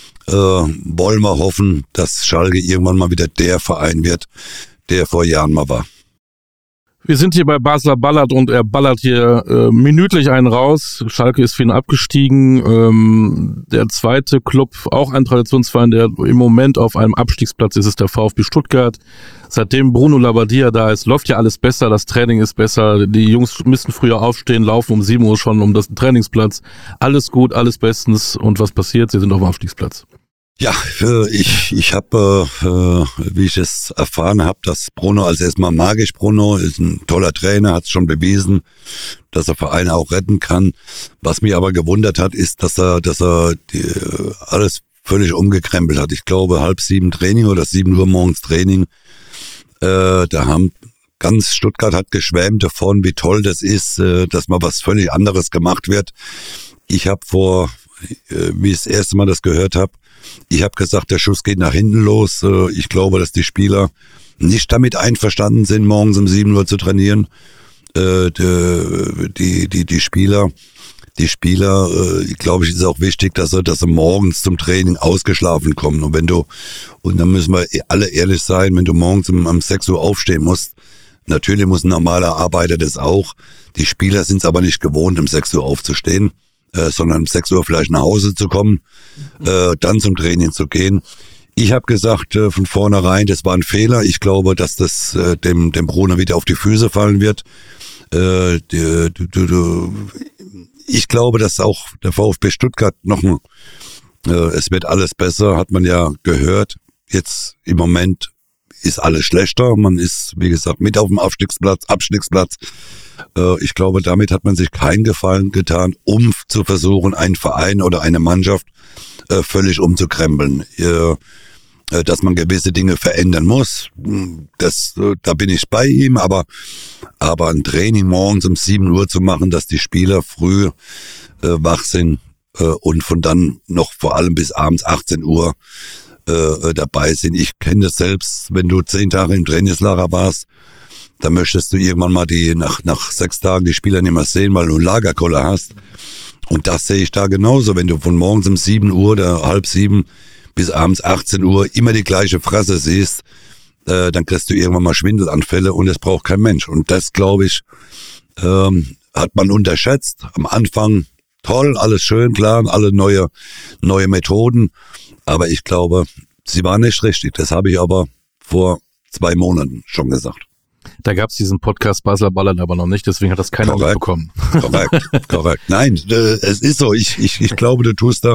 wollen wir hoffen, dass Schalke irgendwann mal wieder der Verein wird, der vor Jahren mal war. Wir sind hier bei Basler Ballert und er ballert hier minütlich einen raus. Schalke ist für ihn abgestiegen. Der zweite Club, auch ein Traditionsverein, der im Moment auf einem Abstiegsplatz ist der VfB Stuttgart. Seitdem Bruno Labbadia da ist, läuft ja alles besser, das Training ist besser. Die Jungs müssen früher aufstehen, laufen um 7 Uhr schon um das Trainingsplatz. Alles gut, alles bestens. Und was passiert? Sie sind auf dem Abstiegsplatz. Ja, ich habe, wie ich es erfahren habe, dass Bruno, also erstmal mag ich Bruno, ist ein toller Trainer, hat es schon bewiesen, dass er Vereine auch retten kann. Was mich aber gewundert hat, ist, dass er alles völlig umgekrempelt hat. Ich glaube 6:30 Training oder 7 Uhr morgens Training. Da haben ganz Stuttgart hat geschwärmt davon, wie toll das ist, dass mal was völlig anderes gemacht wird. Ich habe wie ich das erste Mal das gehört habe, ich habe gesagt, der Schuss geht nach hinten los. Ich glaube, dass die Spieler nicht damit einverstanden sind, morgens um 7 Uhr zu trainieren. Die Spieler, ich glaube, es ist auch wichtig, dass sie morgens zum Training ausgeschlafen kommen. Und dann müssen wir alle ehrlich sein, wenn du morgens um 6 Uhr aufstehen musst, natürlich muss ein normaler Arbeiter das auch. Die Spieler sind es aber nicht gewohnt, um 6 Uhr aufzustehen. sondern um 6 Uhr vielleicht nach Hause zu kommen, dann zum Training zu gehen. Ich habe gesagt von vornherein, das war ein Fehler. Ich glaube, dass das dem Bruno wieder auf die Füße fallen wird. Ich glaube, dass auch der VfB Stuttgart es wird alles besser, hat man ja gehört. Jetzt im Moment ist alles schlechter. Man ist, wie gesagt, mit auf dem Abstiegsplatz. Ich glaube, damit hat man sich keinen Gefallen getan, um zu versuchen, einen Verein oder eine Mannschaft völlig umzukrempeln. Dass man gewisse Dinge verändern muss, da bin ich bei ihm, aber ein Training morgens um 7 Uhr zu machen, dass die Spieler früh wach sind und von dann noch vor allem bis abends 18 Uhr dabei sind. Ich kenne das selbst, wenn du 10 Tage im Trainingslager warst, dann möchtest du irgendwann mal nach 6 Tagen die Spieler nicht mehr sehen, weil du einen Lagerkoller hast. Und das sehe ich da genauso. Wenn du von morgens um 7 Uhr oder halb 7 bis abends 18 Uhr immer die gleiche Fresse siehst, dann kriegst du irgendwann mal Schwindelanfälle und das braucht kein Mensch. Und das, glaube ich, hat man unterschätzt. Am Anfang toll, alles schön, klar, alle neue Methoden. Aber ich glaube, sie waren nicht richtig. Das habe ich aber vor 2 Monaten schon gesagt. Da gab es diesen Podcast Basler Ballert aber noch nicht, deswegen hat das keiner mitbekommen. Korrekt. Nein, es ist so. Ich glaube, du tust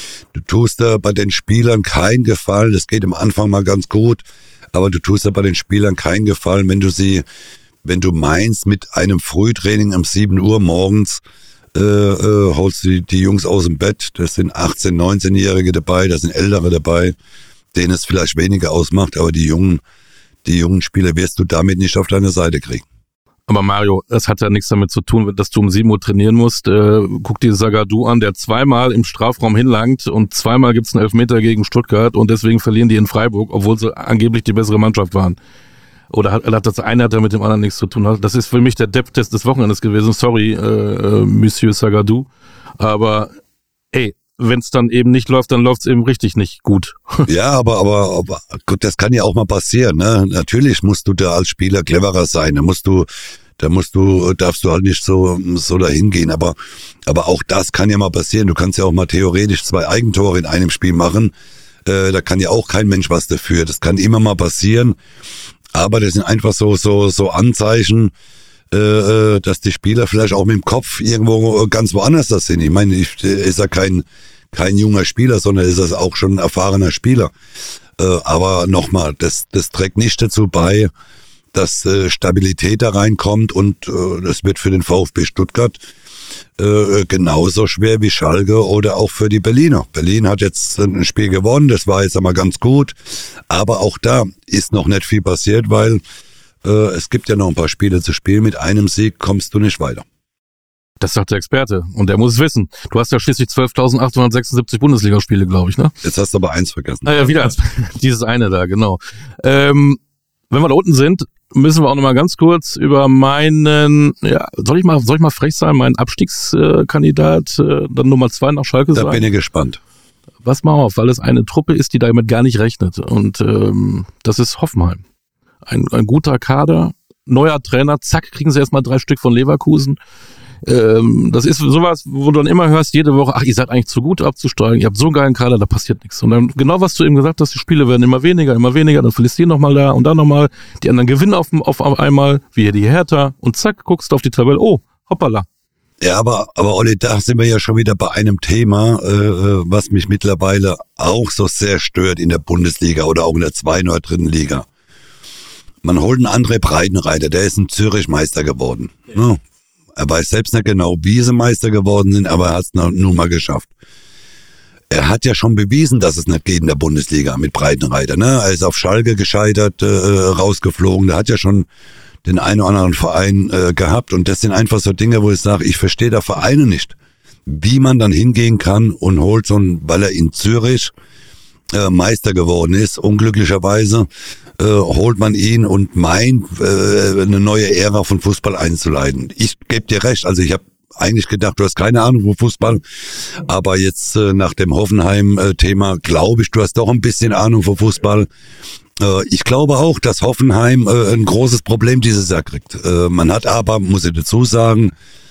da bei den Spielern keinen Gefallen. Das geht am Anfang mal ganz gut, aber du tust da bei den Spielern keinen Gefallen, wenn du meinst, mit einem Frühtraining um 7 Uhr morgens holst du die Jungs aus dem Bett. Das sind 18-, 19-Jährige dabei, da sind Ältere dabei, denen es vielleicht weniger ausmacht, aber die jungen Spieler wirst du damit nicht auf deine Seite kriegen. Aber Mario, das hat ja nichts damit zu tun, dass du um 7 Uhr trainieren musst. Guck dir Zagadou an, der 2-mal im Strafraum hinlangt und 2-mal gibt's einen Elfmeter gegen Stuttgart und deswegen verlieren die in Freiburg, obwohl sie angeblich die bessere Mannschaft waren. Oder hat das eine hat ja mit dem anderen nichts zu tun. Das ist für mich der Depp-Test des Wochenendes gewesen. Sorry, Monsieur Zagadou. Aber wenn es dann eben nicht läuft, dann läuft es eben richtig nicht gut. Ja, aber gut, das kann ja auch mal passieren. Ne? Natürlich musst du da als Spieler cleverer sein. Darfst du halt nicht so dahin gehen. Aber auch das kann ja mal passieren. Du kannst ja auch mal theoretisch 2 Eigentore in einem Spiel machen. Da kann ja auch kein Mensch was dafür. Das kann immer mal passieren. Aber das sind einfach so Anzeichen, dass die Spieler vielleicht auch mit dem Kopf irgendwo ganz woanders das sind. Ich meine, ist ja kein junger Spieler, sondern ist das auch schon ein erfahrener Spieler. Aber nochmal, das trägt nicht dazu bei, dass Stabilität da reinkommt und das wird für den VfB Stuttgart genauso schwer wie Schalke oder auch für die Berliner. Berlin hat jetzt ein Spiel gewonnen, das war jetzt einmal ganz gut, aber auch da ist noch nicht viel passiert, weil es gibt ja noch ein paar Spiele zu spielen. Mit einem Sieg kommst du nicht weiter. Das sagt der Experte und der muss es wissen. Du hast ja schließlich 12.876 Bundesligaspiele, glaube ich, ne? Jetzt hast du aber eins vergessen. Ja, wieder eins. Dieses eine da, genau. Wenn wir da unten sind, müssen wir auch noch mal ganz kurz über meinen, soll ich mal frech sein, meinen Abstiegskandidat, dann Nummer 2 nach Schalke sagen? Da bin ich gespannt. Pass mal auf, weil es eine Truppe ist, die damit gar nicht rechnet. Und das ist Hoffenheim. Ein guter Kader, neuer Trainer, zack, kriegen sie erstmal 3 Stück von Leverkusen. Das ist sowas, wo du dann immer hörst, jede Woche, ach, ihr seid eigentlich zu gut abzusteigen, ihr habt so einen geilen Kader, da passiert nichts. Und dann, genau was du eben gesagt hast, die Spiele werden immer weniger, dann verlierst du hier nochmal da und dann nochmal, die anderen gewinnen auf einmal, wie hier die Hertha, und zack, guckst du auf die Tabelle, oh, hoppala. Ja, aber Olli, da sind wir ja schon wieder bei einem Thema, was mich mittlerweile auch so sehr stört in der Bundesliga oder auch in der 2. oder 3. Liga. Man holt einen André Breitenreiter, der ist in Zürich Meister geworden. Ja. Er weiß selbst nicht genau, wie sie Meister geworden sind, aber er hat es nun mal geschafft. Er hat ja schon bewiesen, dass es nicht geht in der Bundesliga mit Breitenreiter. Ne? Er ist auf Schalke gescheitert, rausgeflogen. Der hat ja schon den einen oder anderen Verein gehabt. Und das sind einfach so Dinge, wo ich sage, ich verstehe da Vereine nicht. Wie man dann hingehen kann und holt so einen, weil er in Zürich Meister geworden ist, unglücklicherweise, holt man ihn und meint, eine neue Ära von Fußball einzuleiten. Ich gebe dir recht, also ich habe eigentlich gedacht, du hast keine Ahnung von Fußball, aber jetzt nach dem Hoffenheim-Thema glaube ich, du hast doch ein bisschen Ahnung von Fußball. Ich glaube auch, dass Hoffenheim ein großes Problem dieses Jahr kriegt. Man hat aber, muss ich dazu sagen,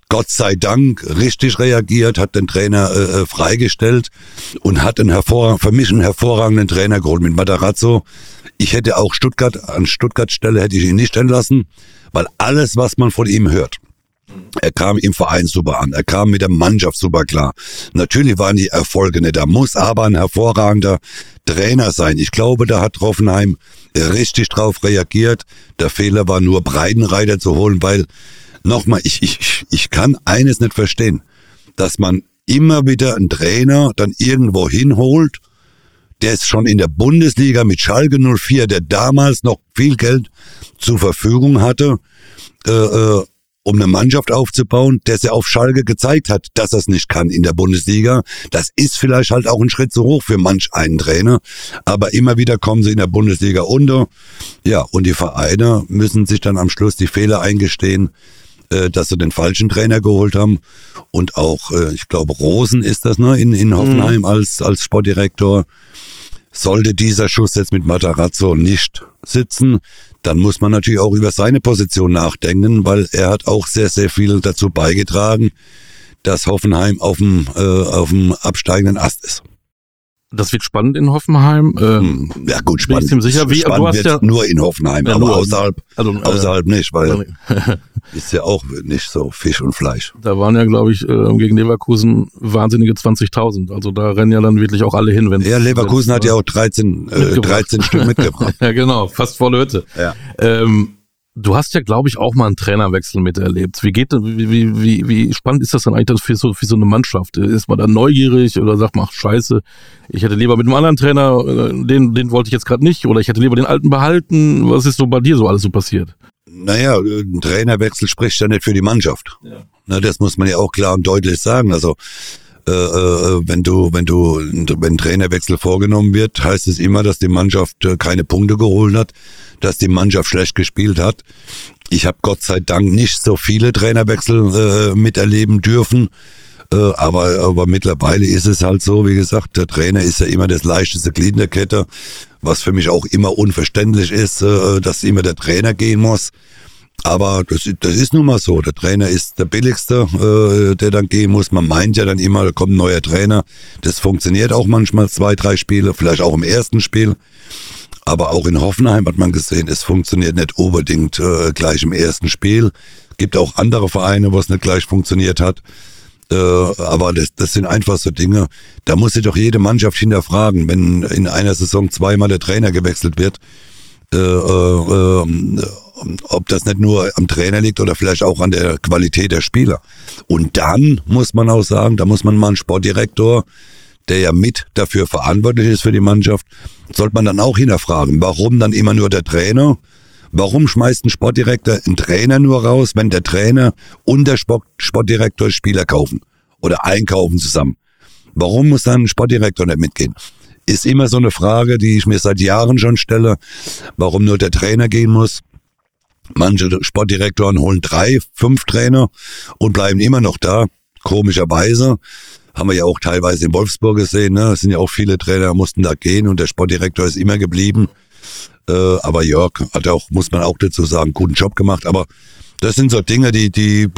Gott sei Dank richtig reagiert, hat den Trainer freigestellt und hat für mich einen hervorragenden Trainer geholt mit Matarazzo. Ich hätte auch an Stuttgart Stelle hätte ich ihn nicht entlassen, weil alles, was man von ihm hört, er kam im Verein super an, er kam mit der Mannschaft super klar. Natürlich waren die Erfolge nicht, da muss aber ein hervorragender Trainer sein. Ich glaube, da hat Hoffenheim richtig drauf reagiert. Der Fehler war nur Breitenreiter zu holen, weil, nochmal, ich kann eines nicht verstehen, dass man immer wieder einen Trainer dann irgendwo hinholt, der ist schon in der Bundesliga mit Schalke 04, der damals noch viel Geld zur Verfügung hatte, um eine Mannschaft aufzubauen, der es ja auf Schalke gezeigt hat, dass er es nicht kann in der Bundesliga. Das ist vielleicht halt auch ein Schritt zu hoch für manch einen Trainer, aber immer wieder kommen sie in der Bundesliga unter. Ja, und die Vereine müssen sich dann am Schluss die Fehler eingestehen, dass sie den falschen Trainer geholt haben. Und auch, ich glaube, Rosen ist das, ne, in Hoffenheim als Sportdirektor. Sollte dieser Schuss jetzt mit Matarazzo nicht sitzen, dann muss man natürlich auch über seine Position nachdenken, weil er hat auch sehr, sehr viel dazu beigetragen, dass Hoffenheim auf dem absteigenden Ast ist. Das wird spannend in Hoffenheim. Ja gut, spannend. Bin ich sicher, wie spannend du hast wird ja nur in Hoffenheim, ja, aber nur, außerhalb nicht, weil ist ja auch nicht so Fisch und Fleisch. Da waren ja, glaube ich, gegen Leverkusen wahnsinnige 20.000. Also da rennen ja dann wirklich auch alle hin. Ja, Leverkusen hat ja auch 13 Stück mitgebracht. Ja, genau, fast volle Hütte. Ja. Du hast ja, glaube ich, auch mal einen Trainerwechsel miterlebt. Wie spannend ist das denn eigentlich für so eine Mannschaft? Ist man da neugierig oder sagt man, ach scheiße, ich hätte lieber mit einem anderen Trainer, den wollte ich jetzt gerade nicht, oder ich hätte lieber den alten behalten. Was ist so bei dir so alles so passiert? Naja, ein Trainerwechsel spricht ja nicht für die Mannschaft. Ja. Na, das muss man ja auch klar und deutlich sagen. Also wenn ein Trainerwechsel vorgenommen wird, heißt es immer, dass die Mannschaft keine Punkte geholt hat, dass die Mannschaft schlecht gespielt hat. Ich habe Gott sei Dank nicht so viele Trainerwechsel miterleben dürfen, aber mittlerweile ist es halt so, wie gesagt, der Trainer ist ja immer das leichteste Glied in der Kette, was für mich auch immer unverständlich ist, dass immer der Trainer gehen muss. Aber das ist nun mal so. Der Trainer ist der billigste, der dann gehen muss. Man meint ja dann immer, da kommt ein neuer Trainer. Das funktioniert auch manchmal 2, 3 Spiele, vielleicht auch im ersten Spiel. Aber auch in Hoffenheim hat man gesehen, es funktioniert nicht unbedingt gleich im ersten Spiel. Gibt auch andere Vereine, wo es nicht gleich funktioniert hat. Aber das sind einfach so Dinge, da muss sich doch jede Mannschaft hinterfragen, wenn in einer Saison 2-mal der Trainer gewechselt wird. Ob das nicht nur am Trainer liegt oder vielleicht auch an der Qualität der Spieler. Und dann muss man auch sagen, da muss man mal einen Sportdirektor, der ja mit dafür verantwortlich ist für die Mannschaft, sollte man dann auch hinterfragen, warum dann immer nur der Trainer? Warum schmeißt ein Sportdirektor einen Trainer nur raus, wenn der Trainer und der Sportdirektor Spieler kaufen oder einkaufen zusammen? Warum muss dann ein Sportdirektor nicht mitgehen? Ist immer so eine Frage, die ich mir seit Jahren schon stelle, warum nur der Trainer gehen muss. Manche Sportdirektoren holen 3, 5 Trainer und bleiben immer noch da. Komischerweise haben wir ja auch teilweise in Wolfsburg gesehen. Ne? Es sind ja auch viele Trainer, mussten da gehen und der Sportdirektor ist immer geblieben. Aber Jörg hat auch, muss man auch dazu sagen, guten Job gemacht. Aber das sind so Dinge, die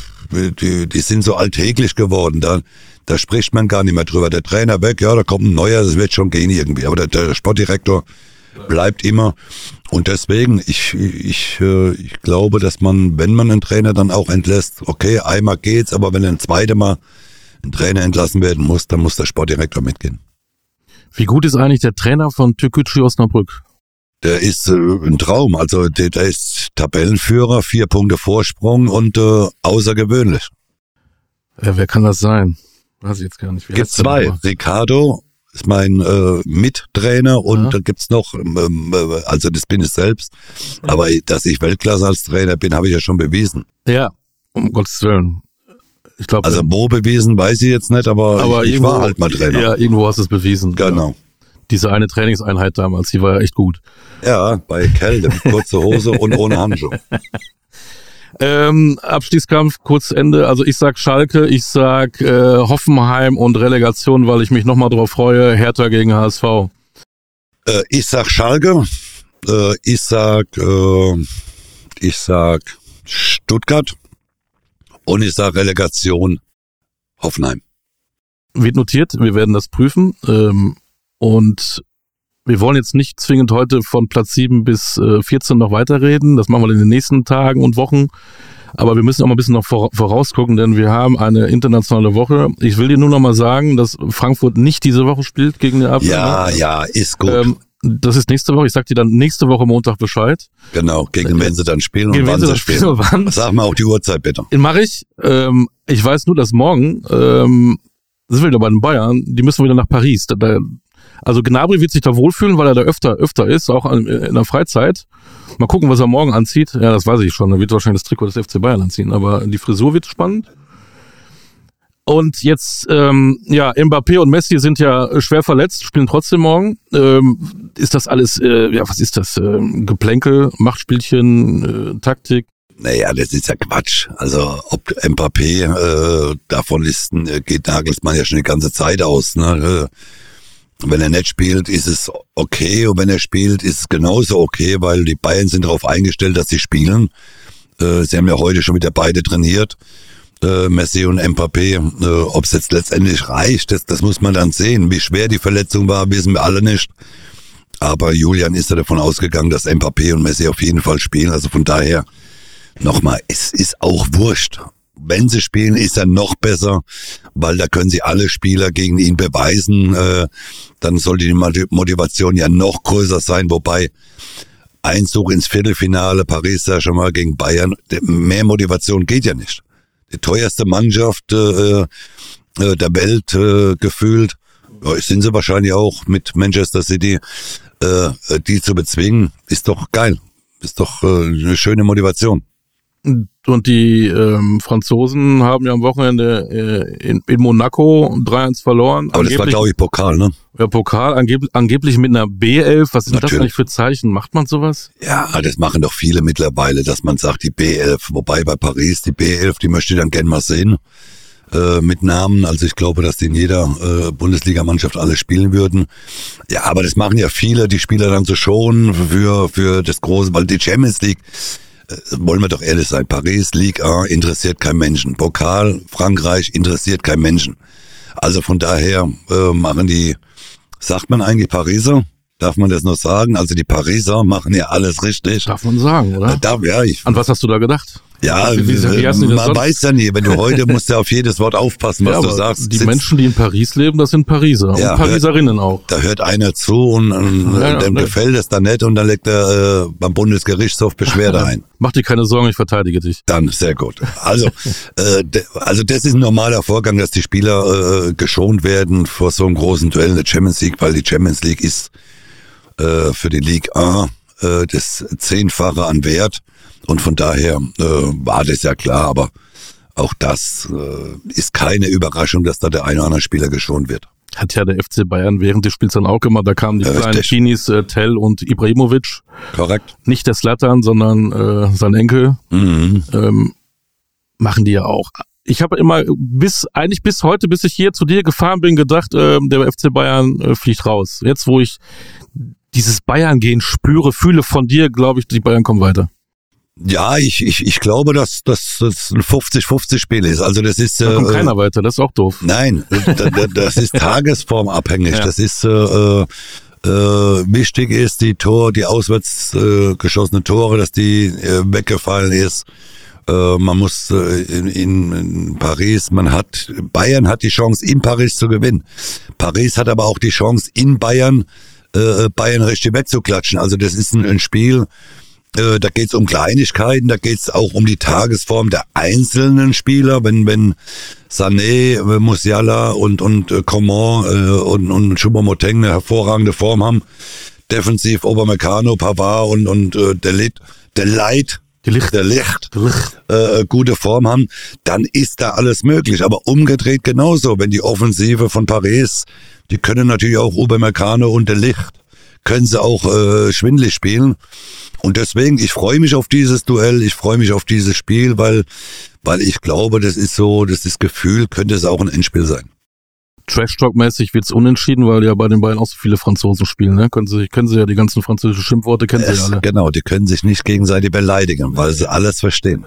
sind so alltäglich geworden. Da spricht man gar nicht mehr drüber. Der Trainer weg, ja, da kommt ein neuer, das wird schon gehen irgendwie. Aber der Sportdirektor bleibt immer. Und deswegen, ich glaube, dass man, wenn man einen Trainer dann auch entlässt, okay, einmal geht's, aber wenn ein zweites Mal ein Trainer entlassen werden muss, dann muss der Sportdirektor mitgehen. Wie gut ist eigentlich der Trainer von Türkgücü Osnabrück? Der ist ein Traum. Also der ist Tabellenführer, 4 Punkte Vorsprung und außergewöhnlich. Wer kann das sein? Weiß ich jetzt gar nicht. Gibt 2. Ricardo ist mein Mittrainer und da gibt's noch, also das bin ich selbst. Aber dass ich Weltklasse als Trainer bin, habe ich ja schon bewiesen. Ja, um Gottes Willen. Ich glaube, also wo bewiesen, weiß ich jetzt nicht, aber ich war halt mal Trainer. Ja, irgendwo hast du es bewiesen. Genau. Ja. Diese eine Trainingseinheit damals, die war ja echt gut. Ja, bei Kälte, mit kurzer Hose und ohne Handschuh. Abstiegskampf, kurz Ende. Also ich sag Schalke, ich sag Hoffenheim und Relegation, weil ich mich nochmal drauf freue. Hertha gegen HSV. Ich sag Schalke. Ich sag Stuttgart. Und ich sage Relegation Hoffenheim. Wird notiert, wir werden das prüfen. Und wir wollen jetzt nicht zwingend heute von Platz 7 bis 14 noch weiterreden. Das machen wir in den nächsten Tagen und Wochen. Aber wir müssen auch mal ein bisschen noch vorausgucken, denn wir haben eine internationale Woche. Ich will dir nur noch mal sagen, dass Frankfurt nicht diese Woche spielt gegen den APR. Ja, ist gut. Das ist nächste Woche. Ich sag dir dann nächste Woche Montag Bescheid. Genau, gegen wen sie dann spielen und wann sie spielen. Sag mal auch die Uhrzeit bitte. Mache ich. Ich weiß nur, dass morgen sind wir wieder bei den Bayern. Die müssen wieder nach Paris. Also Gnabry wird sich da wohlfühlen, weil er da öfter ist, auch in der Freizeit. Mal gucken, was er morgen anzieht. Ja, das weiß ich schon. Er wird wahrscheinlich das Trikot des FC Bayern anziehen, aber die Frisur wird spannend. Und jetzt, Mbappé und Messi sind ja schwer verletzt, spielen trotzdem morgen. Ist das alles, was ist das? Geplänkel, Machtspielchen, Taktik? Naja, das ist ja Quatsch. Also ob Mbappé davon ist, geht Nagelsmann ja schon die ganze Zeit aus, ne? Wenn er nicht spielt, ist es okay. Und wenn er spielt, ist es genauso okay, weil die Bayern sind darauf eingestellt, dass sie spielen. Sie haben ja heute schon wieder beide trainiert, Messi und Mbappé. Ob es jetzt letztendlich reicht, das muss man dann sehen. Wie schwer die Verletzung war, wissen wir alle nicht. Aber Julian ist ja davon ausgegangen, dass Mbappé und Messi auf jeden Fall spielen. Also von daher, nochmal, es ist auch wurscht. Wenn sie spielen, ist er noch besser, weil da können sie alle Spieler gegen ihn beweisen. Dann sollte die Motivation ja noch größer sein, wobei Einzug ins Viertelfinale, Paris Saint-Germain gegen Bayern, mehr Motivation geht ja nicht. Die teuerste Mannschaft der Welt gefühlt, sind sie wahrscheinlich auch mit Manchester City, die zu bezwingen, ist doch geil. Ist doch eine schöne Motivation. Und die Franzosen haben ja am Wochenende in Monaco 3-1 verloren. Aber das war, glaube ich, Pokal, ne? Ja, Pokal, angeblich mit einer B11. Was sind das eigentlich für Zeichen? Macht man sowas? Ja, das machen doch viele mittlerweile, dass man sagt, die B11. Wobei bei Paris die B11, die möchte ich dann gerne mal sehen. Mit Namen. Also ich glaube, dass die in jeder Bundesligamannschaft alle spielen würden. Ja, aber das machen ja viele, die Spieler dann so schon für das Große, weil die Champions League, wollen wir doch ehrlich sein, Paris, Ligue 1 interessiert kein Menschen. Pokal, Frankreich interessiert kein Menschen. Also von daher machen die, sagt man eigentlich Pariser? Darf man das noch sagen? Also die Pariser machen ja alles richtig. Darf man sagen, oder? An was hast du da gedacht? Ja, man weiß ja nie. Wenn du heute musst du auf jedes Wort aufpassen, was du sagst. Die Menschen, die in Paris leben, das sind Pariser. Ja, und Pariserinnen auch. Da hört einer zu und dem gefällt es dann nicht und dann legt er beim Bundesgerichtshof Beschwerde ein. Mach dir keine Sorgen, ich verteidige dich. Dann, sehr gut. Also das ist ein normaler Vorgang, dass die Spieler geschont werden vor so einem großen Duell in der Champions League, weil die Champions League ist für die Ligue 1 das 10-fache an Wert. Und von daher war das ja klar, aber auch das ist keine Überraschung, dass da der eine oder andere Spieler geschont wird. Hat ja der FC Bayern während des Spiels dann auch gemacht, da kamen die kleinen Chinis, Tell und Ibrahimovic. Korrekt. Nicht der Zlatan, sondern sein Enkel. Mhm. Machen die ja auch. Ich habe immer bis heute, bis ich hier zu dir gefahren bin, gedacht, der FC Bayern fliegt raus. Jetzt, wo ich dieses Bayern-Gehen spüre, fühle von dir, glaube ich, die Bayern kommen weiter. Ja, ich glaube, dass das ein 50-50-Spiel ist. Also das ist. Da kommt keiner weiter, das ist auch doof. Nein, das ist tagesformabhängig. Ja. Das ist wichtig ist die auswärts geschossene Tore, dass die weggefallen ist. Man muss in Paris, Bayern hat die Chance, in Paris zu gewinnen. Paris hat aber auch die Chance, in Bayern richtig wegzuklatschen. Also das ist ein Spiel. Da geht's um Kleinigkeiten, da geht's auch um die Tagesform der einzelnen Spieler, wenn Sané, Musiala und Coman und Choupo-Moting eine hervorragende Form haben, defensiv Upamecano, Pavard und De Ligt gute Form haben, dann ist da alles möglich. Aber umgedreht genauso, wenn die Offensive von Paris, die können natürlich auch Upamecano und De Ligt, können sie auch schwindelig spielen. Und deswegen, ich freue mich auf dieses Duell, ich freue mich auf dieses Spiel, weil ich glaube, das Gefühl, könnte es auch ein Endspiel sein. Trash-Talk-mäßig wird's unentschieden, weil ja bei den Bayern auch so viele Franzosen spielen, ne? Können sie ja die ganzen französischen Schimpfworte, kennen sie ja alle. Genau, die können sich nicht gegenseitig beleidigen, weil sie alles verstehen.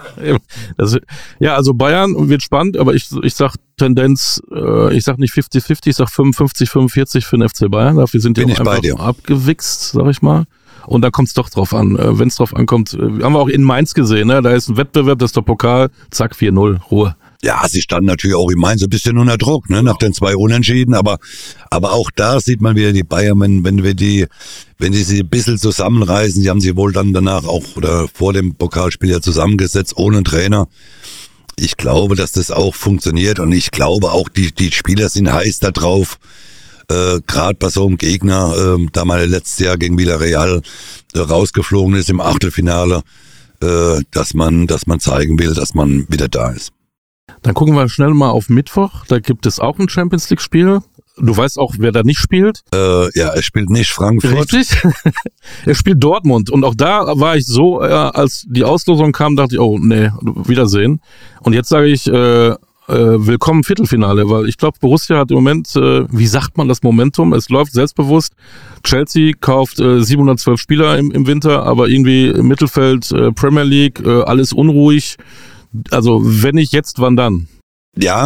Also Bayern wird spannend, aber ich sag Tendenz, ich sag nicht 50-50, ich sag 55-45 für den FC Bayern. Dafür sind die auch einfach abgewichst, sag ich mal. Und da kommt's doch drauf an. Wenn es drauf ankommt, haben wir auch in Mainz gesehen, ne? Da ist ein Wettbewerb, das ist der Pokal, zack, 4-0, Ruhe. Ja, sie standen natürlich auch in Mainz ein bisschen unter Druck, ne, nach den 2 Unentschieden, aber auch da sieht man wieder die Bayern, wenn die sie ein bisschen zusammenreißen, die haben sich wohl dann danach auch oder vor dem Pokalspiel ja zusammengesetzt, ohne Trainer. Ich glaube, dass das auch funktioniert und ich glaube auch, die Spieler sind heiß da drauf, gerade bei so einem Gegner, da mal letztes Jahr gegen Villarreal rausgeflogen ist im Achtelfinale, dass man zeigen will, dass man wieder da ist. Dann gucken wir schnell mal auf Mittwoch. Da gibt es auch ein Champions-League-Spiel. Du weißt auch, wer da nicht spielt? Ja, er spielt nicht Frankfurt. Richtig. Er spielt Dortmund. Und auch da war ich so, als die Auslosung kam, dachte ich, oh nee, Wiedersehen. Und jetzt sage ich, willkommen Viertelfinale, weil ich glaube, Borussia hat im Moment, wie sagt man das Momentum? Es läuft selbstbewusst. Chelsea kauft 712 Spieler im Winter, aber irgendwie im Mittelfeld Premier League, alles unruhig. Also wenn nicht jetzt, wann dann? Ja,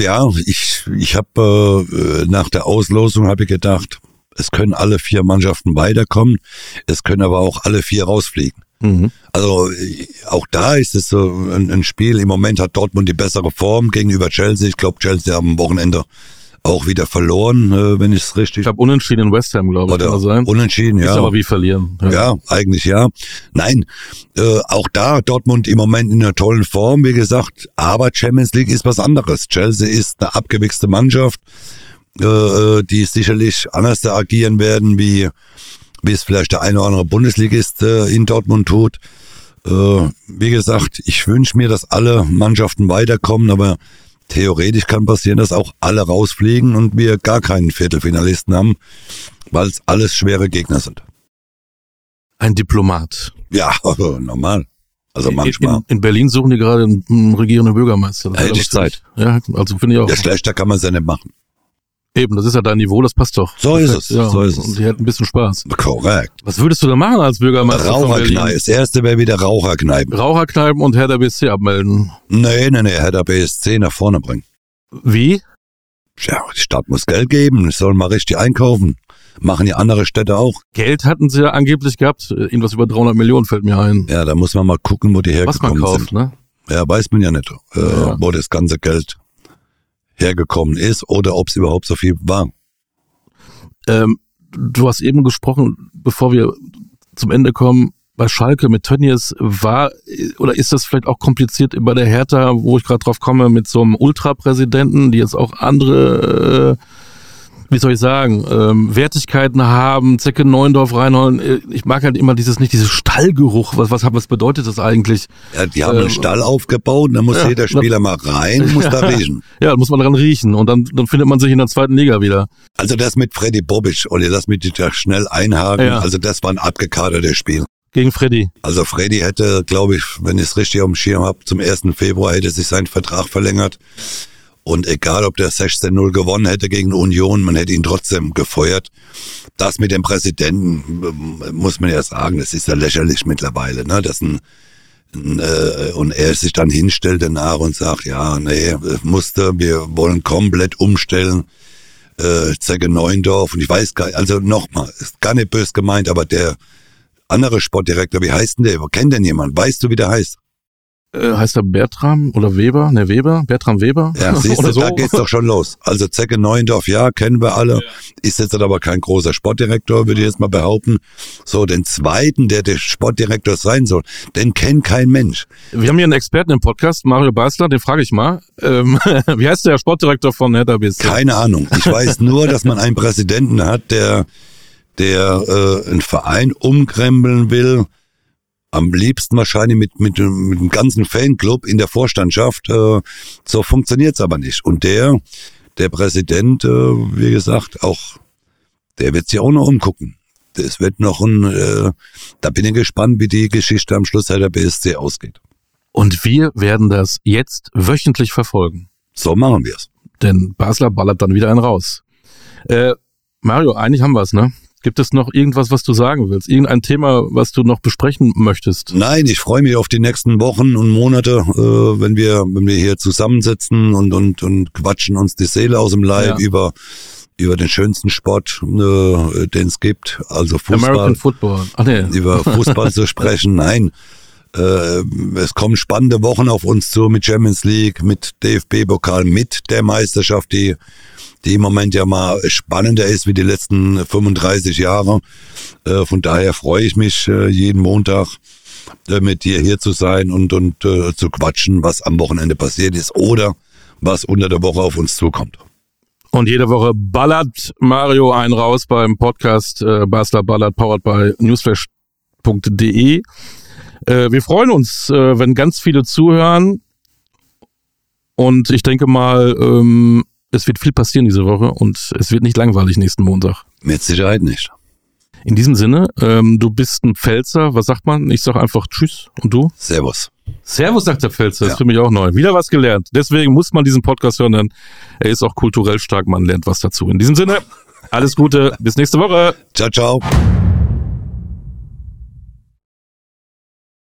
ich habe nach der Auslosung habe ich gedacht, es können alle 4 Mannschaften weiterkommen, es können aber auch alle 4 rausfliegen. Mhm. Also auch da ist es so ein Spiel, im Moment hat Dortmund die bessere Form gegenüber Chelsea. Ich glaube, Chelsea haben am Wochenende auch wieder verloren, wenn ich es richtig... Ich habe unentschieden in West Ham, glaube ich, kann das sein. Unentschieden, ja. Ist aber wie verlieren. Ja, eigentlich ja. Nein, auch da Dortmund im Moment in einer tollen Form, wie gesagt, aber Champions League ist was anderes. Chelsea ist eine abgewichste Mannschaft, die sicherlich anders agieren werden, wie es vielleicht der eine oder andere Bundesligist in Dortmund tut. Wie gesagt, ich wünsche mir, dass alle Mannschaften weiterkommen, aber theoretisch kann passieren, dass auch alle rausfliegen und wir gar keinen Viertelfinalisten haben, weil es alles schwere Gegner sind. Ein Diplomat. Ja, normal. Also manchmal. In Berlin suchen die gerade einen regierenden Bürgermeister. Da hätte ich Zeit. Ja, also finde ich auch. Ja, schlechter kann man es ja nicht machen. Eben, das ist ja dein Niveau, das passt doch. So ist es, ja, so ist es. Und die hätten ein bisschen Spaß. Korrekt. Was würdest du da machen als Bürgermeister? Raucherkneipen. Das erste wäre wieder Raucherkneipen. Raucherkneipen und Hertha BSC abmelden. Nee, Hertha BSC nach vorne bringen. Wie? Ja, die Stadt muss Geld geben, die sollen mal richtig einkaufen. Machen die andere Städte auch. Geld hatten sie ja angeblich gehabt, irgendwas über 300 Millionen fällt mir ein. Ja, da muss man mal gucken, wo die hergekommen was man kauft, sind. Ne? Ja, weiß man ja nicht, wo das ganze Geld hergekommen ist oder ob es überhaupt so viel war. Du hast eben gesprochen, bevor wir zum Ende kommen, bei Schalke mit Tönnies oder ist das vielleicht auch kompliziert bei der Hertha, wo ich gerade drauf komme, mit so einem Ultrapräsidenten, die jetzt auch andere, wie soll ich sagen, Wertigkeiten haben, Zecke Neuendorf reinholen. Ich mag halt immer dieses Stallgeruch. Was bedeutet das eigentlich? Ja, die haben einen Stall aufgebaut, da muss jeder Spieler mal rein, muss da riechen. Ja, da muss man dran riechen und dann findet man sich in der 2. Liga wieder. Also das mit Freddy Bobic, Olli, lass mich da schnell einhaken. Ja. Also das war ein abgekadertes Spiel. Gegen Freddy. Also Freddy hätte, glaube ich, wenn ich es richtig auf dem Schirm habe, zum 1. Februar hätte sich sein Vertrag verlängert. Und egal, ob der 16-0 gewonnen hätte gegen Union, man hätte ihn trotzdem gefeuert. Das mit dem Präsidenten, muss man ja sagen, das ist ja lächerlich mittlerweile, ne? Und er sich dann hinstellt danach und sagt, ja, nee, wir wollen komplett umstellen. Zecke Neuendorf und ich weiß gar nicht, also nochmal, ist gar nicht böse gemeint, aber der andere Sportdirektor, wie heißt denn der? Kennt denn jemand? Weißt du, wie der heißt? Heißt er Bertram oder Weber? Ne, Weber? Bertram Weber? Ja, siehst du, so. Da geht's doch schon los. Also Zecke Neuendorf, ja, kennen wir alle. Ja. Ist jetzt aber kein großer Sportdirektor, würde ich jetzt mal behaupten. So, den zweiten, der Sportdirektor sein soll, den kennt kein Mensch. Wir haben hier einen Experten im Podcast, Mario Basler, den frage ich mal. Wie heißt der Sportdirektor von Hertha BSC? Keine Ahnung. Ich weiß nur, dass man einen Präsidenten hat, der einen Verein umkrempeln will, am liebsten wahrscheinlich mit dem ganzen Fanclub in der Vorstandschaft. So funktioniert's aber nicht. Und der Präsident, wie gesagt, auch der wird sich auch noch umgucken. Das wird noch da bin ich gespannt, wie die Geschichte am Schluss der BSC ausgeht. Und wir werden das jetzt wöchentlich verfolgen. So machen wir's. denn Basler ballert dann wieder einen raus. Mario, eigentlich haben wir es, ne? Gibt es noch irgendwas, was du sagen willst? Irgendein Thema, was du noch besprechen möchtest? Nein, ich freue mich auf die nächsten Wochen und Monate, wenn wir hier zusammensitzen und quatschen uns die Seele aus dem Leib über den schönsten Sport, den es gibt, also Fußball. American Football. Ach nee. Über Fußball zu sprechen. Nein, es kommen spannende Wochen auf uns zu mit Champions League, mit DFB-Pokal, mit der Meisterschaft, die im Moment ja mal spannender ist wie die letzten 35 Jahre. Von daher freue ich mich jeden Montag mit dir hier zu sein und zu quatschen, was am Wochenende passiert ist oder was unter der Woche auf uns zukommt. Und jede Woche ballert Mario einen raus beim Podcast Basler Ballert, powered by newsflash.de. Wir freuen uns, wenn ganz viele zuhören. Und ich denke mal, es wird viel passieren diese Woche und es wird nicht langweilig nächsten Montag. Mit Sicherheit nicht. In diesem Sinne, du bist ein Pfälzer, was sagt man? Ich sag einfach Tschüss. Und du? Servus. Servus, sagt der Pfälzer, das ist für mich auch neu. Wieder was gelernt. Deswegen muss man diesen Podcast hören, denn er ist auch kulturell stark, man lernt was dazu. In diesem Sinne, alles Gute, bis nächste Woche. Ciao, ciao.